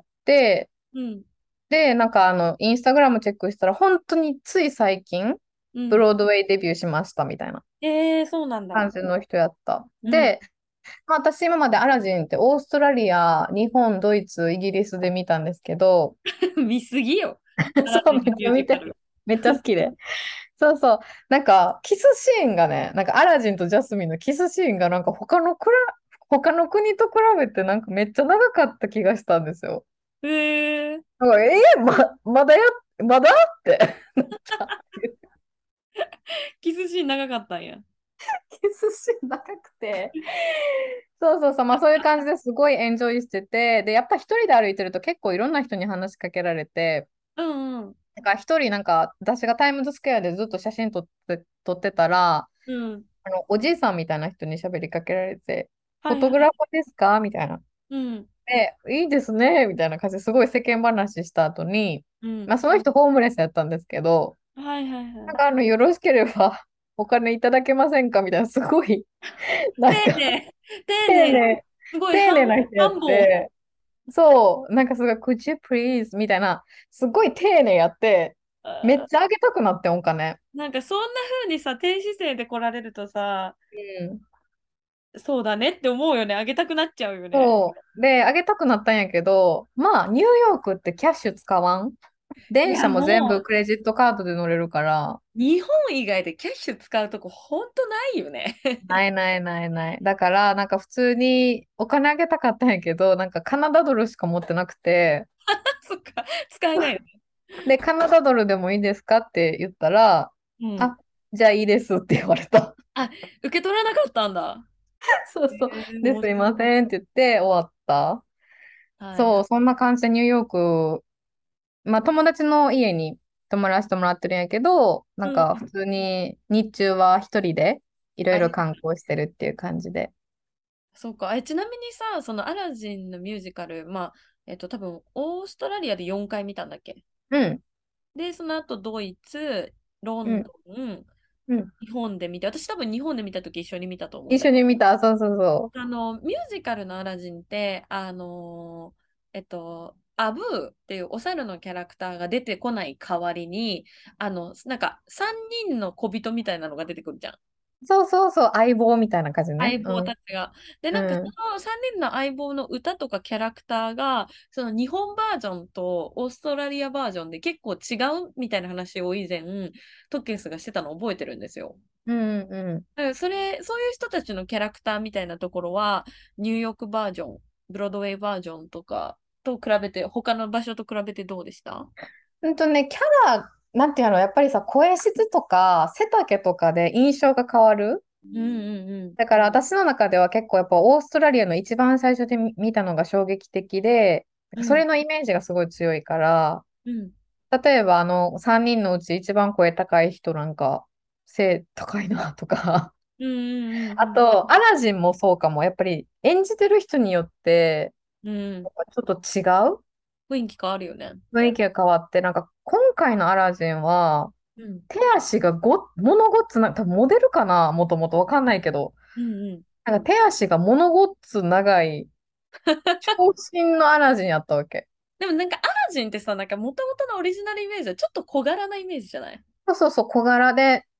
うん、 で、なんかあの、インスタグラムチェックしたら、本当につい最近、 うん。 ブロードウェイデビューしましたみたいなえー、そうなんだ。 感じの人やった。 うん。 で、まあ、私今までアラジンってオーストラリア、日本、ドイツ、イギリスで見たんですけど、 見すぎよ。アそう、めっラジンのミちゃ見て、 ュージカル。 めっちゃ好きで。そうそう。なんか、キスシーンがね、なんかアラジンとジャスミンのキスシーンがなんか他のくら、他の国と比べてなんかめっちゃ長かった気がしたんですよ。 えー、 なんか、えー、ま、まだや、まだってなった。 キスシーン長かったんや。 キスシーン長くて。そうそうそう、まあそういう感じですごいエンジョイしてて、で、やっぱ一人で歩いてると結構いろんな人に話しかけられて、 うんうん。 なんか一人なんか私がタイムズスクエアでずっと写真撮って、撮ってたら、 うん。 あの、おじいさんみたいな人に喋りかけられて、フォトグラフはいはい。 ァーですかみたいな。 うん。 で、いいですね、みたいな感じですごい世間話した後に、 うん。 まあその人ホームレスやったんですけど、 はいはいはい。 なんかあの、よろしければお金いただけませんかみたいな、すごい、なんか丁寧、丁寧、 丁寧、 すごい繁、 丁寧な人やっ繁忙。 て、そう、なんかすごい、could you please? みたいな、すごい丁寧やって、めっあちゃあげたくなってお金。 ーなんかそんな風にさ、低姿勢で来られるとさ、 うん。 そうだねって思うよね。あげたくなっちゃうよね。 そう。で、あげたくなったんやけど、まあ、ニューヨークってキャッシュ使わん。 いや、 電車も全部もクレジットカードで乗れるから、 う、日本以外でキャッシュ使うとこほんとないよね。 ないないないない。だから、なんか普通にお金あげたかったんやけど、なんかカナダドルしか持ってなくて、 そっか、使えないよね。 で、カナダドルでもいいですかって言ったら、 うん。 あ、じゃあいいですって言われた。 あ、受け取らなかったんだ。 そうそう。 えー、 で、 面白い。 すいませんって言って終わった。 はいはい。 そう、そんな感じでニューヨーク、まあ友達の家に泊まらせてもらってるんやけど、なんうん。 か普通に日中は一人でいろいあ、 ろ観光してるっていう感じで。 そうか。え、ちなみにさ、そのアラジンのミュージカル、まあ、えっと、多分、オーストラリアでよんかい見たんだっけ？ うん、 で、その後、ドイツ、ロうん、 ンドン、 うん。 日本で見て、私多分日本で見たとき一緒に見たと思うん一だけど、 緒に見た。そうそうそあの、ミュージカルのアラジンって、あのえっと、アブーっていうお猿のキャラクターが出てこない代わりに、あの、なんかさんにんの小人みたいなのが出てくるじゃん。 う。そうそうそう、相棒みたいな感じね。 相棒うん、 たちが。で、なんかそうん、 のさんにんの相棒の歌とかキャラクターが、その日本バージョンとオーストラリアバージョンで結構違うみたいな話を以前、トッケンスがしてたのを覚えてるんですよ。 うん、うん。 だからそれ、そういう人たちのキャラクターみたいなところは、ニューヨークバージョン、ブロードウェイバージョンとかと比べて、他の場所と比べてどうでした？ うんとね、キャラ、なんていうの、やっぱりさ、声質とか背丈とかで印象が変わる。 うんうんうん。 だから私の中では結構やっぱオーストラリアの一番最初で見見たのが衝撃的で、 うん。 それのイメージがすごい強いから、 うん。 例えばあのさんにんのうち一番声高い人なんか背高いなとか、 うんうんうんあとアラジンもそうかも。やっぱり演じてる人によってうん。うん。 やっぱちょっと違う雰囲気変わるよね。 雰囲気が変わって、なんか今回のアラジンはうん。 手足がご、ものごっつな、多分モデルかなもともとわかんないけど、 うんうん。 なんか手足がものごっつ長い長身のアラジンやったわけ。 でもなんかアラジンってさ、なんか元々のオリジナルイメージはちょっと小柄なイメージじゃない？ そうそうそう、小柄で、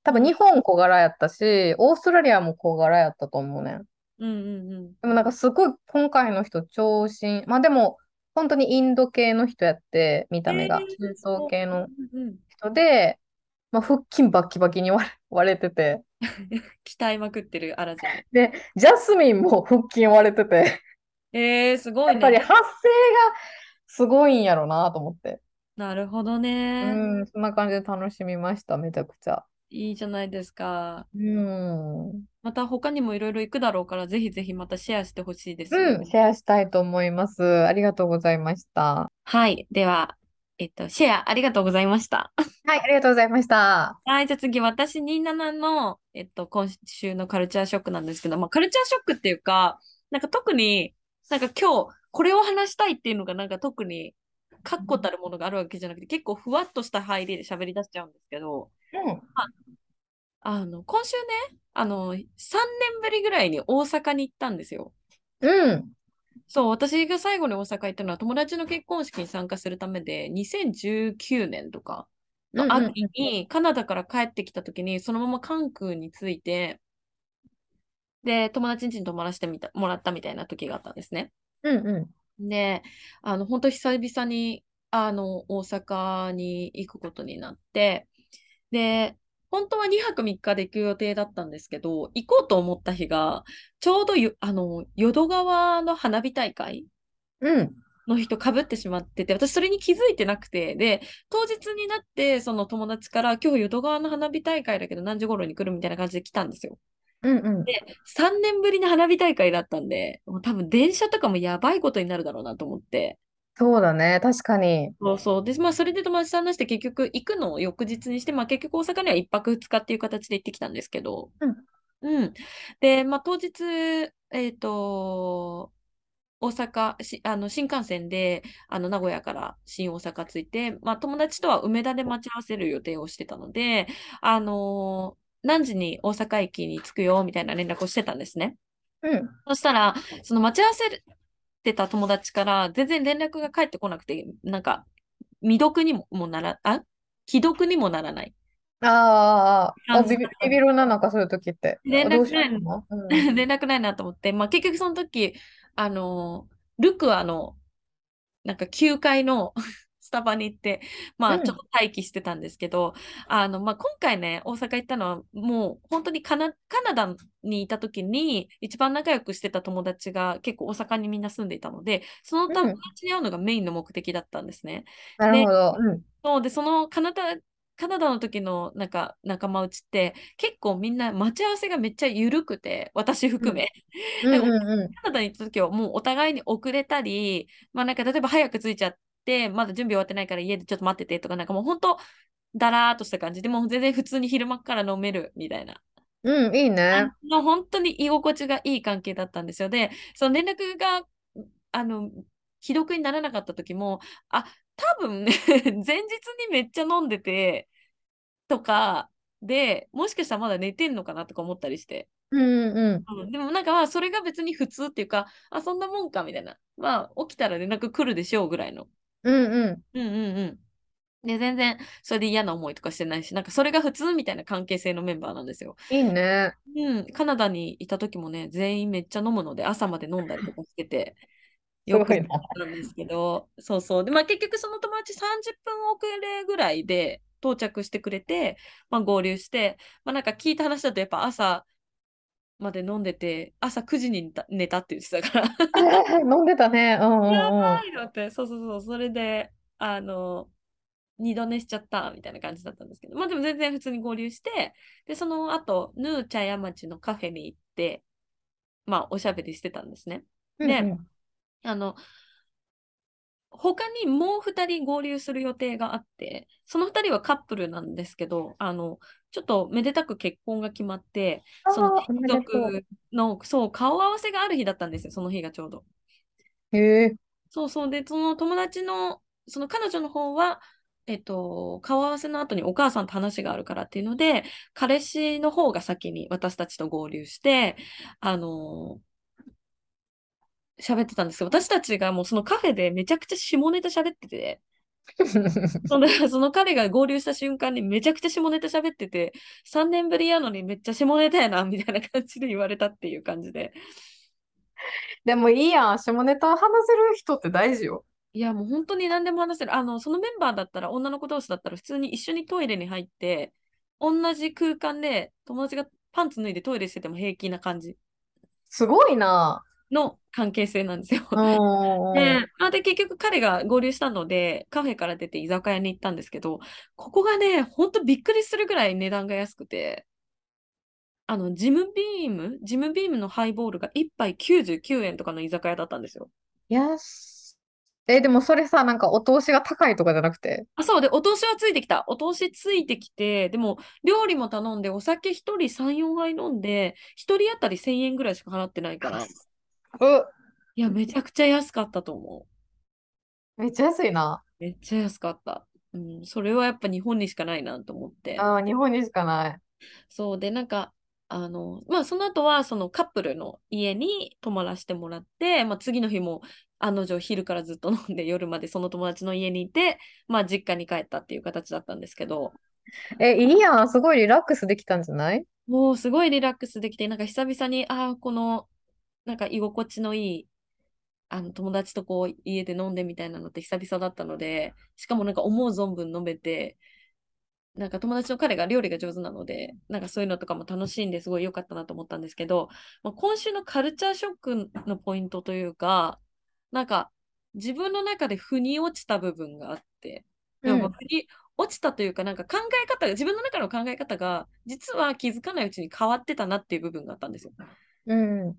多分日本小柄やったし、オーストラリアも小柄やったと思うね。 うんうんうん。 でもなんかすごい今回の人長身。まあでも本当にインド系の人やって、見た目が。 えー、 中東すごい。 系のうんうん。 人で、まあ腹筋バッキバキに割れ、割れてて。 鍛えまくってるアラジンね。 で、ジャスミンも腹筋割れてて。 えー、すごいね。 やっぱり発声がすごいんやろなと思って。 なるほどね。 うん、そんな感じで楽しみました、めちゃくちゃ。 いいじゃないですか。 うん。 また他にもいろいろ行くだろうから、ぜひぜひまたシェアしてほしいです。 うん、シェアしたいと思います。ありがとうございました。 はい。では、えっと、シェアありがとうございました。 はい、ありがとうございました。 はい。じゃあ次、私、にじゅうななの、えっと、今週のカルチャーショックなんですけど、まあ、カルチャーショックっていうか、なんか特に、なんか今日、これを話したいっていうのが、なんか特に、確固たるものがあるわけじゃなくて、結構ふわっとした入りで喋り出しちゃうんですけど、 うん。 あ、あの、今週ね、あの、さんねんぶりぐらいに大阪に行ったんですよ。 うん。 そう、私が最後に大阪行ったのは友達の結婚式に参加するためで、にせんじゅうきゅうねんとかの秋うんうん。 にカナダから帰ってきた時に、そのまま関空に着いて、で、友達ん家に泊まらせてみた、もらったみたいな時があったんですね。 うんうん。 で、あの、本当久々に、あの、大阪に行くことになって、で、本当はにはくみっかで行く予定だったんですけど、行こうと思った日が、ちょうどよあの、淀川の花火大会うん。 の人かぶってしまってて、私それに気づいてなくて、で、当日になって、その友達から、今日淀川の花火大会だけど何時頃に来るみたいな感じで来たんですよ。 うんうん。 で、さんねんぶりの花火大会だったんで、もう多分電車とかもやばいことになるだろうなと思って。 そうだね。確かに。 そうそう。で、まあ、それで友達と話して結局行くのを翌日にして、まあ、結局大阪にはいっぱくふつかっていう形で行ってきたんですけど、 うん。 うん。で、まあ、当日、えっと、大阪、し、あの、新幹線で、あの、名古屋から新大阪着いて、まあ、友達とは梅田で待ち合わせる予定をしてたので、あのー何時に大阪駅に着くよ、みたいな連絡をしてたんですね。 うん。 そしたら、その待ち合わせてた友達から全然連絡が返ってこなくて、なんか、未読にも、もなら、あ既読にもならないああ、あ、 感じビビ、 だったんです。 ビビるな、なんかそういう時って。 連あ、どうしよ絡ないの、 うかな。うん。 連絡ないなと思って、まあ結局その時、あのールクアのなんかきゅうかいのスタバに行って、まあちょっうん。 と待機してたんですけど、あの、まあ今回ね、大阪行ったのはもう本当にカナ、カナダにいた時に一番仲良くしてた友達が結構大阪にみんな住んでいたので、その友うん。 達に会うのがメインの目的だったんですね。で、 なるほど。うん。 そうで、そのカナダ、カナダの時のなんか仲間内って結構みんな待ち合わせがめっちゃ緩くて、私うん。 含め。 うんだからうんうん。 カナダに行った時はもうお互いに遅れたり、まあなんか例えば早く着いちゃって、まだ準備終わってないから家でちょっと待っててとか、なんかもう本当だらーっとした感じで、もう全然普通に昼間から飲めるみたいな。 うん、いいね。 あの本当に居心地がいい関係だったんですよ。で、その連絡が、あの、既読にならなかった時も、あ、多分ね、前日にめっちゃ飲んでて、とか、で、もしかしたらまだ寝てんのかなとか思ったりして。 うんうん。 うん、でもなんかまあそれが別に普通っていうか、あ、そんなもんかみたいな。まあ起きたら連絡来るでしょうぐらいの。 うんうん。 うんうんうん。で、全然それで嫌な思いとかしてないし、なんかそれが普通みたいな関係性のメンバーなんですよ。 いいね。 うん、カナダにいた時もね、全員めっちゃ飲むので朝まで飲んだりとかしてて、よくやっすごいな。 たんですけど、そうそう。で、まあ結局その友達さんじゅっぷん遅れぐらいで到着してくれて、まあ合流して、まあなんか聞いた話だとやっぱ朝まで飲んでて、朝くじに寝た寝たって言ってたから。 飲んでたね。うんうやんうん。 ばいのって、そうそうそう、それで、あの、二度寝しちゃったみたいな感じだったんですけど、まあでも全然普通に合流して、で、その後、ヌー茶屋町のカフェに行って、まあおしゃべりしてたんですね。で、 うんうあの、他にもう二人合流する予定があって、その二人はカップルなんですけど、あの、ちょっとめでたく結婚が決まって、 ん。 そのああ、お親めでと族の、そう、顔合わせがある日だったんですよ、その日がちょうど。 う。へえ。 そうそう。で、その友達の、その彼女の方は、えっと、顔合わせの後にお母さんと話があるからっていうので、彼氏の方が先に私たちと合流して、あの喋ってたんですよ。私たちがもうそのカフェでめちゃくちゃ下ネタ喋ってて、 その、その彼が合流した瞬間にめちゃくちゃ下ネタ喋ってて、さんねんぶりやのにめっちゃ下ネタやな、みたいな感じで言われたっていう感じで。 でもいいやん。下ネタ話せる人って大事よ。 いや、もう本当に何でも話せる。あの、そのメンバーだったら、女の子同士だったら、普通に一緒にトイレに入って、同じ空間で友達がパンツ脱いでトイレしてても平気な感じすごいな。 の関係性なんですよ。 うん、うん。 で、まあ、で、結局彼が合流したので、カフェから出て居酒屋に行ったんですけど、ここがね、ほんとびっくりするぐらい値段が安くて、あの、ジムビーム、ジムビームのハイボールがいっぱいきゅうじゅうきゅうえんとかの居酒屋だったんですよ。 よし。え、でもそれさ、なんかお通しが高いとかじゃなくて。 あ、そうで、お通しはついてきた。お通しついてきて、でも、料理も頼んで、お酒ひとりさん、よんはい飲んで、ひとり当たりせんえんぐらいしか払ってないから、 う、 いや、めちゃくちゃ安かったと思めっちゃ安いな。 う。めっちゃ安かった。うん、それはやっぱ日本にしかないなと思って。 あー、日本にしかない。 そうで、なんか、あの、まあ、その後は、そのカップルの家に泊まらせてもらって、まあ、次の日も、案の定、昼からずっと飲んで、夜までその友達の家にいて、まあ、実家に帰ったっていう形だったんですけど、 え、いいやん。すごいリラックスできたんじゃない？ もうすごいリラックスできて、なんか久々に、ああ、この、なんか居心地のいい、あの、友達とこう、家で飲んでみたいなのって久々だったので、しかもなんか思う存分飲めて、なんか友達の彼が料理が上手なので、なんかそういうのとかも楽しんですごい良かったなと思ったんですけど、まあ、今週のカルチャーショックのポイントというか、なんか自分の中で腑に落ちた部分があって、でもまあうん、 腑に落ちたというか、なんか考え方が、自分の中の考え方が、実は気づかないうちに変わってたなっていう部分があったんですよ。っうん、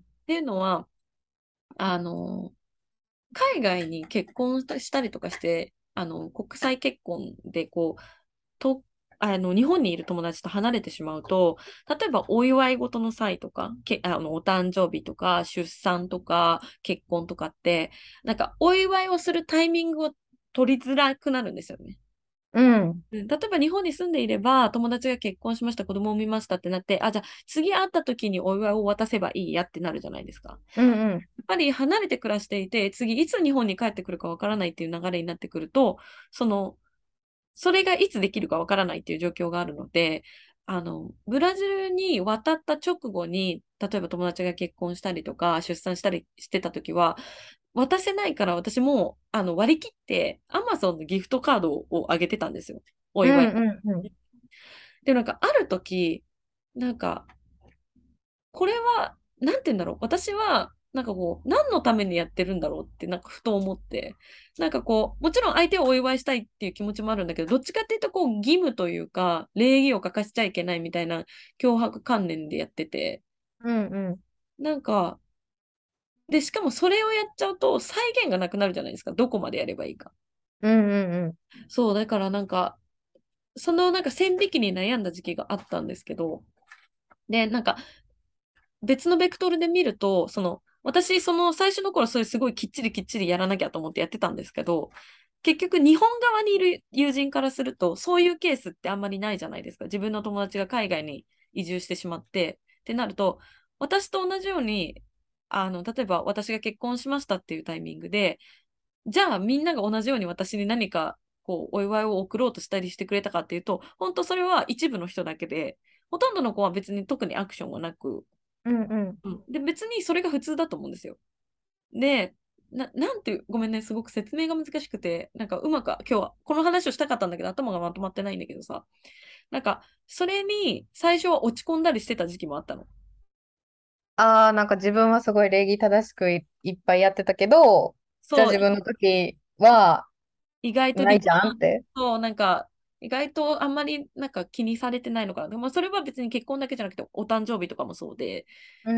ていうのは、あの、海外に結婚したりとかして、あの、国際結婚で、こう、と、あの、日本にいる友達と離れてしまうと、例えばお祝い事の際とか、け、あの、お誕生日とか、出産とか、結婚とかって、なんか、お祝いをするタイミングを取りづらくなるんですよね。 うん、 うん、例えば日本に住んでいれば、友達が結婚しました、子供を産みましたってなって、あ、じゃあ次会った時にお祝いを渡せばいいやってなるじゃないですか。 うん、うん、 やっぱり離れて暮らしていて、次いつ日本に帰ってくるかわからないっていう流れになってくると、その、それがいつできるかわからないっていう状況があるので、あの、ブラジルに渡った直後に、例えば友達が結婚したりとか、出産したりしてた時は、渡せないから私も、あの、割り切って、アマゾンのギフトカードをあげてたんですよ。おうん、 祝い。 うん、うん、 で、なんか、ある時、なんか、これは、なんて言うんだろう。私は、なんかこう、何のためにやってるんだろうって、なんかふと思って、なんかこう、もちろん相手をお祝いしたいっていう気持ちもあるんだけど、どっちかっていうと、こう、義務というか、礼儀を欠かしちゃいけないみたいな脅迫観念でやってて、 うん、うん、 なんか、で、しかもそれをやっちゃうと、再現がなくなるじゃないですか。どこまでやればいいか。 うん、うん、 そう、だからなんか、そのなんか線引きに悩んだ時期があったんですけど、で、なんか、別のベクトルで見ると、その、私、その最初の頃、それすごいきっちりきっちりやらなきゃと思ってやってたんですけど、結局、日本側にいる友人からすると、そういうケースってあんまりないじゃないですか。自分の友達が海外に移住してしまって、ってなると、私と同じように、あの、例えば私が結婚しましたっていうタイミングで、じゃあみんなが同じように私に何か、こう、お祝いを送ろうとしたりしてくれたかっていうと、本当それは一部の人だけで、ほとんどの子は別に特にアクションはなく、 うん、うん、 うん。で、別にそれが普通だと思うんですよ。で、な、なんていう、ごめんね、すごく説明が難しくて、なんかうまく、今日はこの話をしたかったんだけど、頭がまとまってないんだけどさ、なんか、それに最初は落ち込んだりしてた時期もあったの。 ああ、なんか自分はすごい礼儀正しくい、いっぱいやってたけど、じゃあそう、い自分の時は意外とないじリターンゃんって。 と、なんか、意外とあんまりなんか気にされてないのかな。でもそれは別に結婚だけじゃなくて、お誕生日とかもそうで、 うん、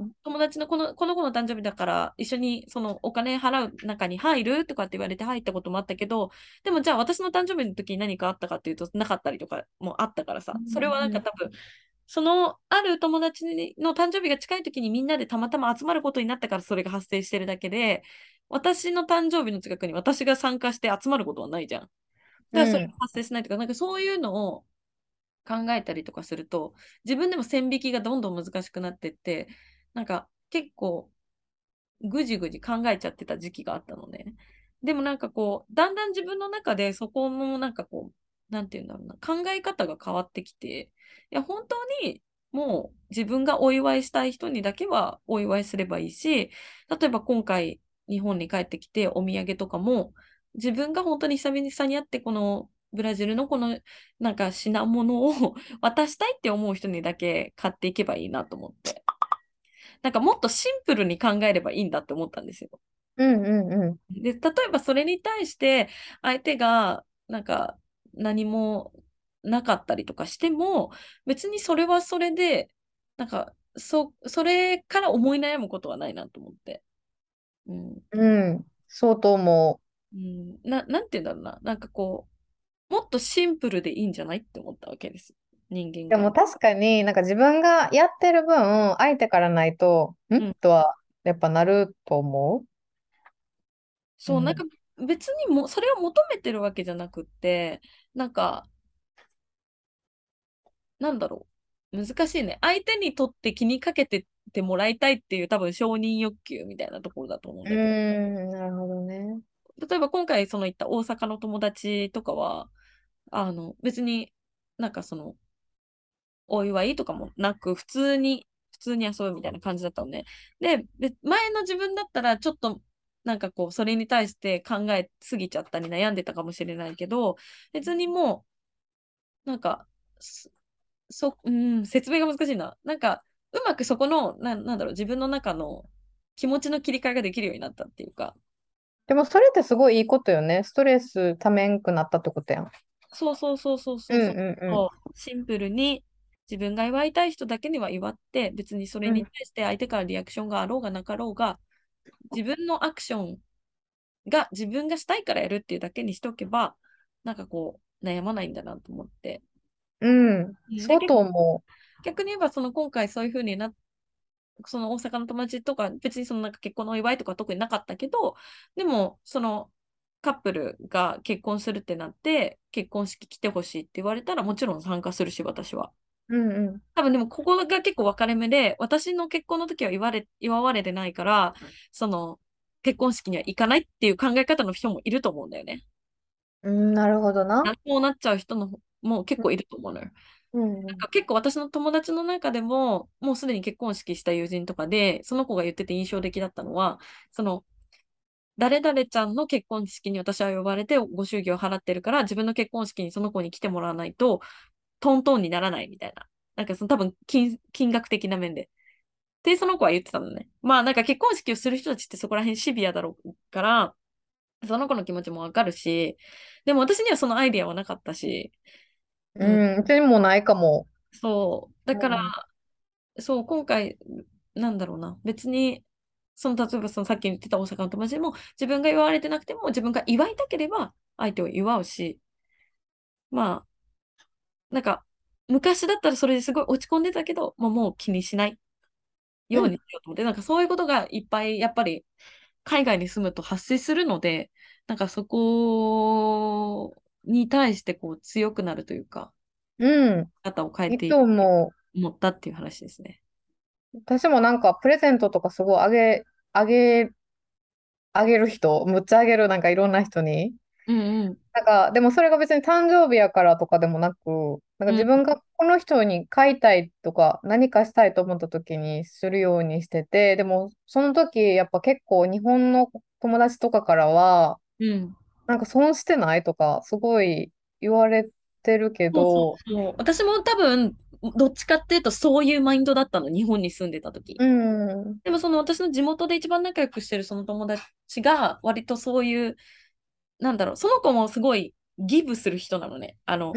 友達のこの、この子の誕生日だから一緒にそのお金払う中に入るとかって言われて入ったこともあったけど、でもじゃあ私の誕生日の時に何かあったかっていうとなかったりとかもあったからうさ、それはなんかん、 多分、そのある友達の誕生日が近い時にみんなでたまたま集まることになったからそれが発生してるだけで、私の誕生日の近くに私が参加して集まることはないじゃん。だからそれがうん、 発生しないとか、なんかそういうのを考えたりとかすると、自分でも線引きがどんどん難しくなってって、なんか結構ぐじぐじ考えちゃってた時期があったのね。 でもなんかこう、だんだん自分の中でそこのなんかこう、なんていうんだろうな、考え方が変わってきて、いや、本当にもう自分がお祝いしたい人にだけはお祝いすればいいし、例えば今回日本に帰ってきてお土産とかも、自分が本当に久々に会ってこのブラジルのこのなんか品物を渡したいって思う人にだけ買っていけばいいなと思って。なんかもっとシンプルに考えればいいんだって思ったんですよ。 うんうんうん。 で、例えばそれに対して相手がなんか何もなかったりとかしても、別にそれはそれで、なんかそ、それから思い悩むことはないなと思って。うん。 うん。そうと思う。 うん、な、なんて言うんだろうな。なんかこう、もっとシンプルでいいんじゃないって思ったわけです。人間でも関係。 確かになんか自分がやってる分、相手からないと、 うん。 んとはやっぱなると思う。うそう、なんかん。 別にも、それを求めてるわけじゃなくって、なんか、なんだろう。難しいね。相手にとって気にかけててもらいたいっていう多分承認欲求みたいなところだと思うんうーだけど。 ん、なるほどね。 例えば今回その行った大阪の友達とかは、あの、別になんかその、お祝いとかもなく、普通に、普通に遊ぶみたいな感じだったのね。で、で前の自分だったらちょっと、なんかこう、それに対して考えすぎちゃったり悩んでたかもしれないけど、別にもう、なんか、そ、うん、説明が難しいな。なんか、うまくそこの、な、なんだろう、自分の中の気持ちの切り替えができるようになったっていうか、 でもそれってすごいいいことよね。ストレスためんくなったってことやん。 そうそうそうそううんそうそう、 うんうん。 そうシンプルに自分が祝いたい人だけには祝って、別にそれうん。 に対して相手からリアクションがあろうがなかろうが、自分のアクションが自分がしたいからやるっていうだけにしておけば、なんかこう、悩まないんだなと思って。 うん。 うんで、 そう逆と思逆に言えば、その今回そういうふうになっその大阪の友達とか、別にそのなんか結婚のお祝いとか特になかったけど、でも、そのカップルが結婚するってなって、結婚式来てほしいって言われたら、もちろん参加するし、私は。 う。うんうん。 多分でも、ここが結構分かれ目で、私の結婚の時は言われ、祝われてないから、その、結婚式には行かないっていう考え方の人もいると思うんだよね。 うん、なるほどな。 こうなっちゃう人のも結構いると思うのよ。 うんうん。 なんか結構私の友達の中でも、もうすでに結婚式した友人とかで、その子が言ってて印象的だったのは、その、誰々ちゃんの結婚式に私は呼ばれてご祝儀を払ってるから、自分の結婚式にその子に来てもらわないと、トントンにならないみたいな。なんかその多分金、金額的な面で。で、その子は言ってたのね。まあなんか結婚式をする人たちってそこら辺シビアだろうから、その子の気持ちもわかるし、でも私にはそのアイディアはなかったし、うん、 うん、うちにもないかも。 そう。だから、 うん。 そう、今回、なんだろうな。別に、その、例えばそのさっき言ってた大阪の友達でも、自分が祝われてなくても、自分が祝いたければ、相手を祝うし、まあ、なんか、昔だったらそれですごい落ち込んでたけど、もうもう気にしないようにしようと思って、なんかそういうことがいっぱい、やっぱり、海外に住むと発生するので、なんかそこに対してこう強くなるというか、 うん。 方を変えいいとてい思う。 思ったっていう話ですね。 私もなんかプレゼントとかすごいあげ、あげ、あげる人、むっちゃあげる、なんかいろんな人に。 うんうん。 なんか、でもそれが別に誕生日やからとかでもなく、なんかうん自分がこの人に買いたいとか何かしたいと思った時にするようにしてて、でもその時やっぱ結構日本の友達とかからは、 うん。 なんか損してないとかすごい言われてるけそうそうど、 そう。私も多分、どっちかっていうとそういうマインドだったの、日本に住んでた時。 うん、うん、 でもその私の地元で一番仲良くしてるその友達が割とそういう、なんだろう、その子もすごいギブする人なのね。あの、 うん、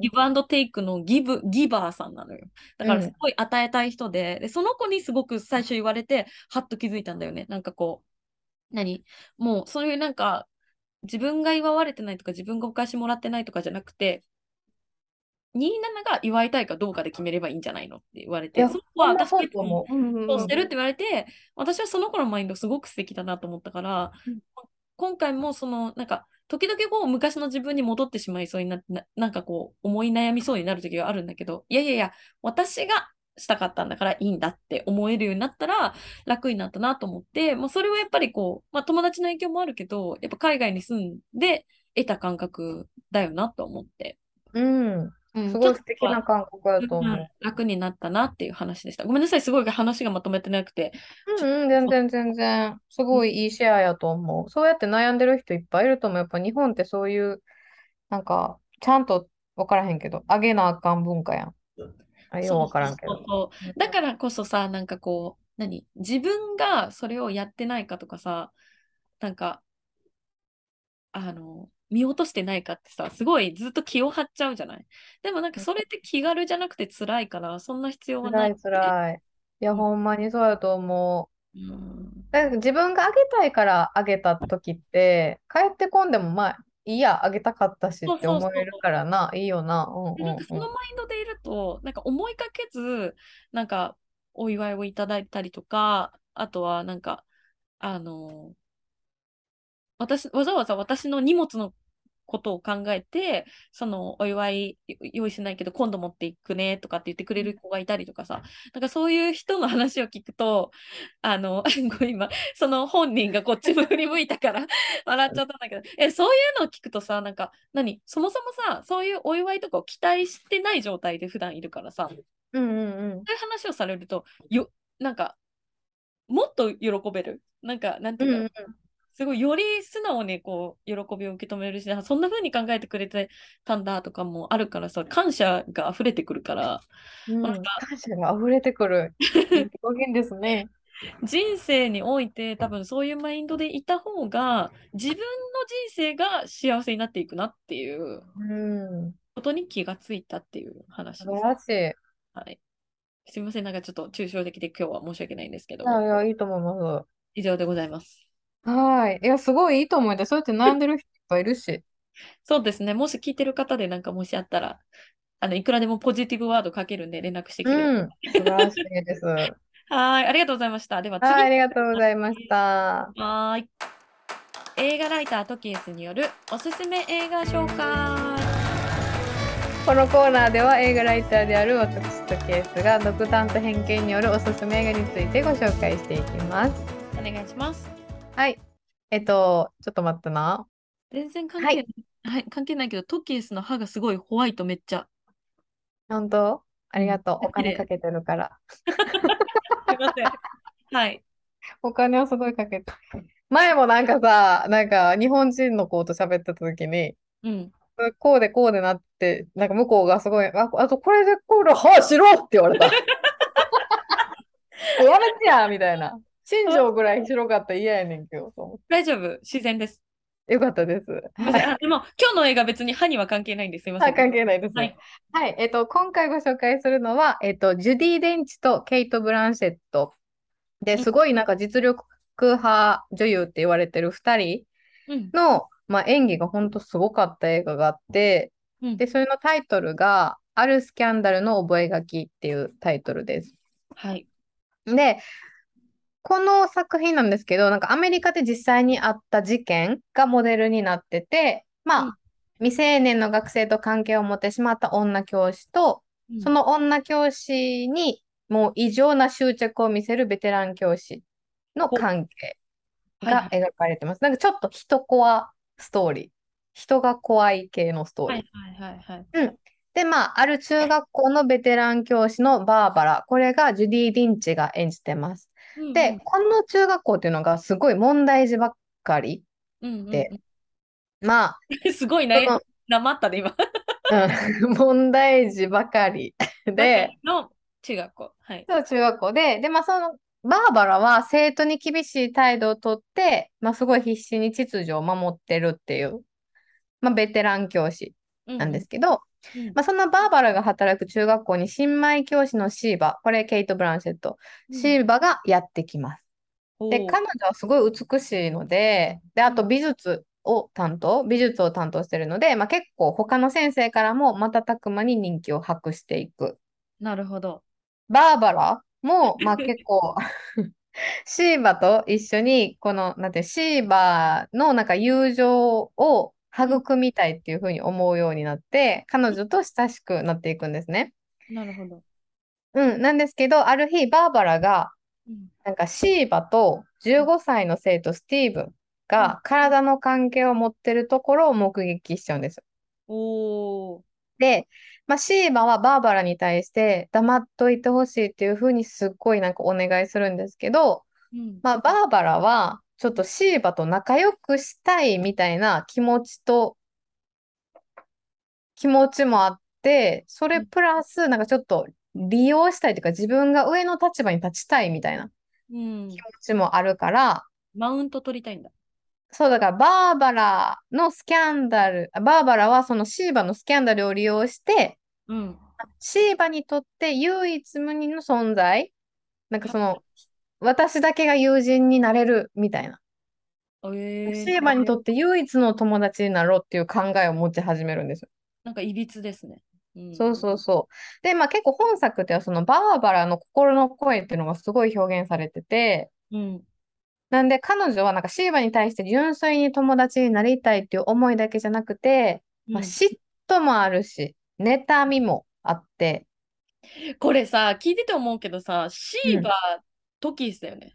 ギブアンドテイクのギブ、ギバーさんなのよ。だからすうん、 ごい与えたい人で、で、その子にすごく最初言われて、はっと気づいたんだよね。なんかこう、何もうそういうなんか、自分が祝われてないとか、自分がお返しもらってないとかじゃなくて、にじゅうななが祝いたいかどうかで決めればいいんじゃないのって言われて、 いや、 その子はほんま私がいつもそうと思う。うんうんうん。 そうしてるって言われて、私はその子のマインドすごく素敵だなと思ったから、今回もその、なんか、時々こう昔の自分に戻ってしまいそうになって、な、なんかこう思い悩みそうになる時があるんだけど、いやいやいや、私がしたかったんだからいいんだって思えるようになったら楽になったなと思って、まあ、それはやっぱりこう、まあ、友達の影響もあるけど、やっぱ海外に住んで得た感覚だよなと思って、 うん。 うん、ちょっすごい素敵なとは、 感覚だうん、 と思楽になったなっていう話でした。ごめんなさい、すごい話がまとめてなくて。 う。 ちょうんうん、全然全然。すうん、 ごいいいシェアやと思う。そうやって悩んでる人いっぱいいると思う。やっぱ日本ってそういう、なんか、ちゃんとわからへんけど、あげなあかん文化やん。あ、ようわかそうそうらんけど。 そうそう。だからこそさ、なんかこう、何自分がそれをやってないかとかさ、なんか、あの、見落としてないかってさ、すごいずっと気を張っちゃうじゃない。でもなんかそれって気軽じゃなくて辛いから、そんな必要はない辛いって。 辛い。いや、 うん。 ほんまにそうやと思う。 うん、 だから自分があげたいからあげた時って、帰ってこんでもまあ、いいや、あげたかったしっそうそうそて思えるかう。 らな、いいよな。うんで、なんかうんうん。 そのマインドでいると、なんか思いがけず、なんかお祝いをいただいたりとか、あとはなんか、あの、私、わざわざ私の荷物のことを考えて、そのお祝い用意しないけど今度持っていくねとかって言ってくれる子がいたりとかさ、なんかそういう人の話を聞くと、あの、ごめん今、その本人がこっち振り向いたから笑っちゃったんだけど、え、そういうのを聞くとさ、なんか、何そもそもさ、そういうお祝いとかを期待してない状態で普段いるからさ、そううんうんうん。 いう話をされると、よ、なんか、もっと喜べる。なんか、なんていうんだろう。 うんうんすごいより素直にこう喜びを受け止めるし、あそんな風に考えてくれてたんだとかもあるからさ、感謝が溢れてくるから、なんうん。 か感謝が溢れてくる。いい表現ですね。 人生において多分そういうマインドでいた方が自分の人生が幸せになっていくなっていううん。 ことに気がついたっていう素話です。 晴らしい。いはい。すいません、なんかちょっと抽象的で今日は申し訳ないんですけど、 やいや、いいと思います。 以上でございます。 はい。いや、すごいいいと思います。そうやって悩んでる人いっぱいいるし。 そうですね、もし聞いてる方でなんかもしあったら、あの、いくらでもポジティブワード書けるんで連絡してきてくださうん。素晴らしいです。はい。はーい、ありがとうございました。ではい、 次。 ありがとうございました。 はーい。映画ライタートキエスによるおすすめ映画紹介。 このコーナーでは映画ライターである私とケースが独断と偏見によるおすすめ映画についてご紹介していきます。 お願いします。 はい。えっと、ちょっと待ったな。 全然関はい。 係ない。はい、関係ないけど、トキエスの歯がすごいホワイトめっちゃ。 本当あうん。 りがとう。お綺麗。 金かけてるから。 すいません。はい。 お金をすごいかけて。前もなんかさ、なんか日本人の子と喋ってた時に、 うん。 こうでこうでなって、なんか向こうがすごい、あ、あとこれでこうで、はあ、しろって言われた。やめてやみたいな。新あ、 庄ぐらい広かったら嫌やねんけど、と思っ大丈夫。自然です。 て。よかったです。 すいません。あ、 はい。 でも、今日の映画別に歯には関係ないんです。すいませあ、 んね。 関係ないですね。 はい。 はい。えっと、今回ご紹介するのは、えっと、ジュディ・デンチとケイト・ブランシェットで、 うん。 すごいなんか実力派女優って言われてるふたりうん。 の、まあ、演技が本当すごかった映画があって、 うん。 で、それのタイトルが、あるスキャンダルの覚書っていうタイトルです。 はい。 で、この作品なんですけど、なんかアメリカで実際にあった事件がモデルになってて、まうん。 あ、未成年の学生と関係を持ってしまった女教師と、 うん。 その女教師にもう異常な執着を見せるベテラン教師のほ、 関係はいはい。 が描かれてます。なんかちょっと人コアストーリー。人が怖い系のストーリはいはいはいはい。 ー。うん。で、まあ、ある中学校のベテラン教師のバーバラ。これがジュディ・ディンチが演じてます。で、 うんうん。 この中学校っていうのがすごい問題児ばっかりうんうんで、 うまあ、 ん。すごいな、 その、 なまったで今。 うん、問題児ばかりばかで、 りの中学校。はい。 そう中学校で、で、まあ、その、バーバラは生徒に厳しい態度をとって、まあ、すごい必死に秩序を守ってるっていう、まあ、ベテラン教師なんでうんすけど、 うん。 まあ、そのバーバラが働く中学校に新米教師のシーバ、これケイト・ブランシェット、 うん。 シーバがやってきます。で、 おー。 彼女はすごい美しいので、で、 うん。 あと美術を担当、美術を担当してるので、まあ、結構他の先生からも瞬く間に人気を博していく。 なるほど。 バーバラも、まあ、結構シーバと一緒に、この、なんて、シーバのなんか友情をうん。 育みたいっていうふうに思うようになって、彼女と親しくなっていくんですね。 なるほど。 うん、なんですけど、ある日、バーバラが、 うん。 なんかシーバとじゅうごさいの生徒スティーブンうん。 が体の関係を持ってるところを目撃しちゃうんです。 おー。 で、まあ、シーバはバーバラに対して黙っといてほしいっていうふうにすっごいなんかお願いするんですけど、 うん。 まあ、バーバラはちょっとシーバと仲良くしたいみたいな気持ちと気持ちもあって、それうん。 プラスなんかちょっと利用したいというか自分が上の立場に立ちたいみたいなうん。 気持ちもあるから、 マウント取りたいんだ。 そうだからバーバラのスキャンダル、あバーバラはそのシーバのスキャンダルを利用して、 うん。 シーバにとって唯一無二の存在、なんかその、私だけが友人になれるみたいな。シーえー、 バにとって唯一の友達になろうっていう考えを持ち始めるんですよ。 なんかいびつですね。うん。 そうそうそう。で、まあ結構本作ではそのバーバラの心の声っていうのがすごい表現されてて、 うん。 なんで彼女はなんかシーバに対して純粋に友達になりたいっていう思いだけじゃなくて、まあ、 うん。 嫉妬もあるし、妬みもあって、 これさ、聞いてて思うけどさ、シうん。 ーバー、トキースだよね。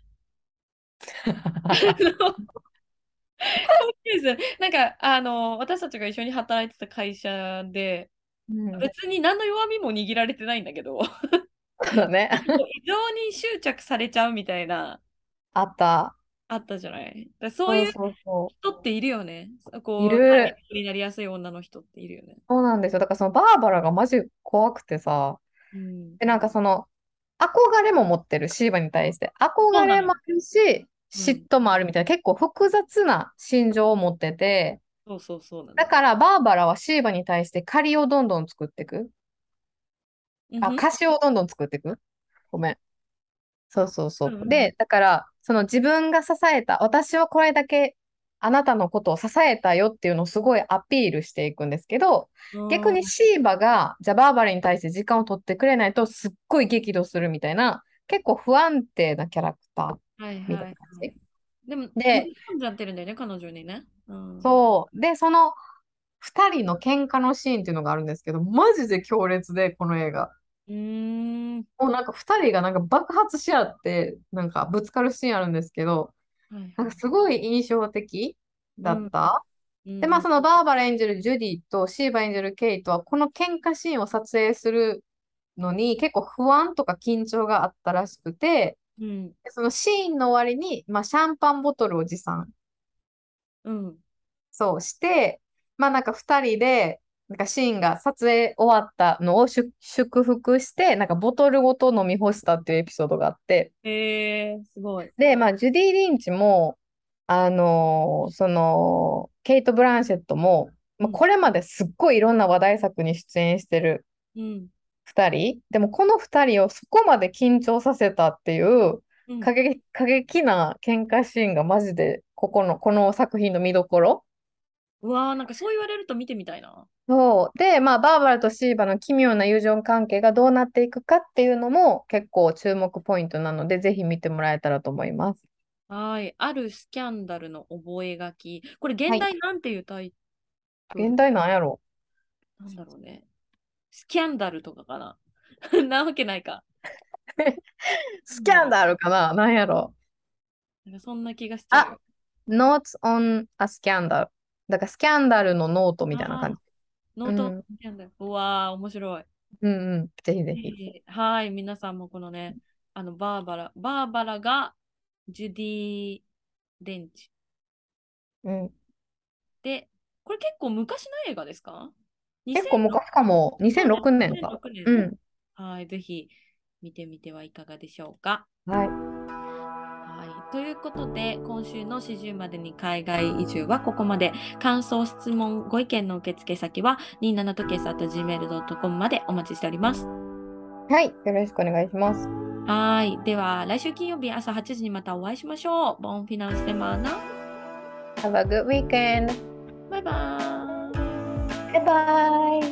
トキース、なんか、あの、私たちが一緒に働いてた会社で、 うん。 別に何の弱みも握られてないんだけど、 そうだね。 異常に執着されちゃうみたいな、 あった。 あったじゃない。だそういうそうそうそ人っているよね。 う。いこう、ターゲる。 ットになりやすい女の人っているよね。 そうなんですよ。だからそのバーバラがマジ怖くてさ、 うん。 で、なんかその、憧れも持ってる、シーバに対して。憧れもあそうなのよ。 るし、 うん。 嫉妬もあるみたいな、結構複雑な心情を持ってて、 そうそうそうなのよ。 だからバーバラはシーバに対して借りをどんどん作っていく。あ、 うんふん。 貸しをどんどん作っていく。ごめん。そうそうそう。 うんうんで、だから、その自分が支えた、私はこれだけあなたのことを支えたよっていうのをすごいアピールしていくんですけど、 うん。 逆にあシーバが、じゃあバーバラに対して時間を取ってくれないとすっごい激怒するみたいな、結構不安定なキャラクターーはいみたいはいはい。 な感じ。 でも、入で、 れ込んじゃってるんだよね、彼女にね。うん。 そう。で、その二人の喧嘩のシーンっていうのがあるんですけど、マジで強烈で、この映画。 うーん。 もうなんか二人がなんか爆発し合って、なんかぶつかるシーンあるんですけど、なんかはいはい。 すごい印象的だうん。 った。で、まあうん。 そのバーバラ演じるジュディとシーバ演じるケイトは、この喧嘩シーンを撮影するのに結構不安とか緊張があったらしくて、 うん。 でそのシーンの終わりに、まあシャンパンボトルを持参、 うん。 そうして、まあなんか二人で、なんかシーンが撮影終わったのを祝祝福して、なんかボトルごと飲み干したっていうエピソードがあって、 えー、すごい。 で、まあ、ジュディ・リンチも、あのーその、ケイト・ブランシェットも、まあ、 うん。 これまですっごいいろんな話題作に出演してるうん。 二人。でも、この二人をそこまで緊張させたっていう、 うん。 過激、過激な喧嘩シーンがマジで、ここの、この作品の見どころ。 うわー、なんかそう言われると見てみたいな。 そう。で、まあ、バーバラとシーバの奇妙な友情関係がどうなっていくかっていうのも結構注目ポイントなので、ぜひ見てもらえたらと思います。 はい。あるスキャンダルの覚書。これ、 はい。 現代なんていうタイトル現代なんやろ。 なんだろうね。スキャンダルとかかな。なわけないか。なスキャンんだろダルかななんやろ。 う。なんかそんな気がしちゃうあ、 よ。 Notes on a Scandal。だからスキャンダルのノートみたいな感じ。 ああ、ノートうん。 スキャンダル。うわー、面白い。 うんうん。ぜひぜえひ。 ーはい。皆さんもこのね、あの、バーバラ、バーバラがジュディ・デンチ。 うん。 で、これ結構昔の映画ですか？ 結構にせんろく昔かも。2006 そうだね、 年か。 にせんろくねんね。 うん。 はい。ぜひ見てみてはいかがでしょうか。 はい。 はい。ということで、今週のしじゅうまでに海外移住はここまで。感想、質問、ご意見の受付先はにじゅうななトケース アット ジーメール ドット コム までお待ちしております。 はい。よろしくお願いします。 はい。では、来週金曜日朝はちじにまたお会いしましょう。ボンフィナンセマーナ。 Have a good weekend. バイバーイ。 バイバイ。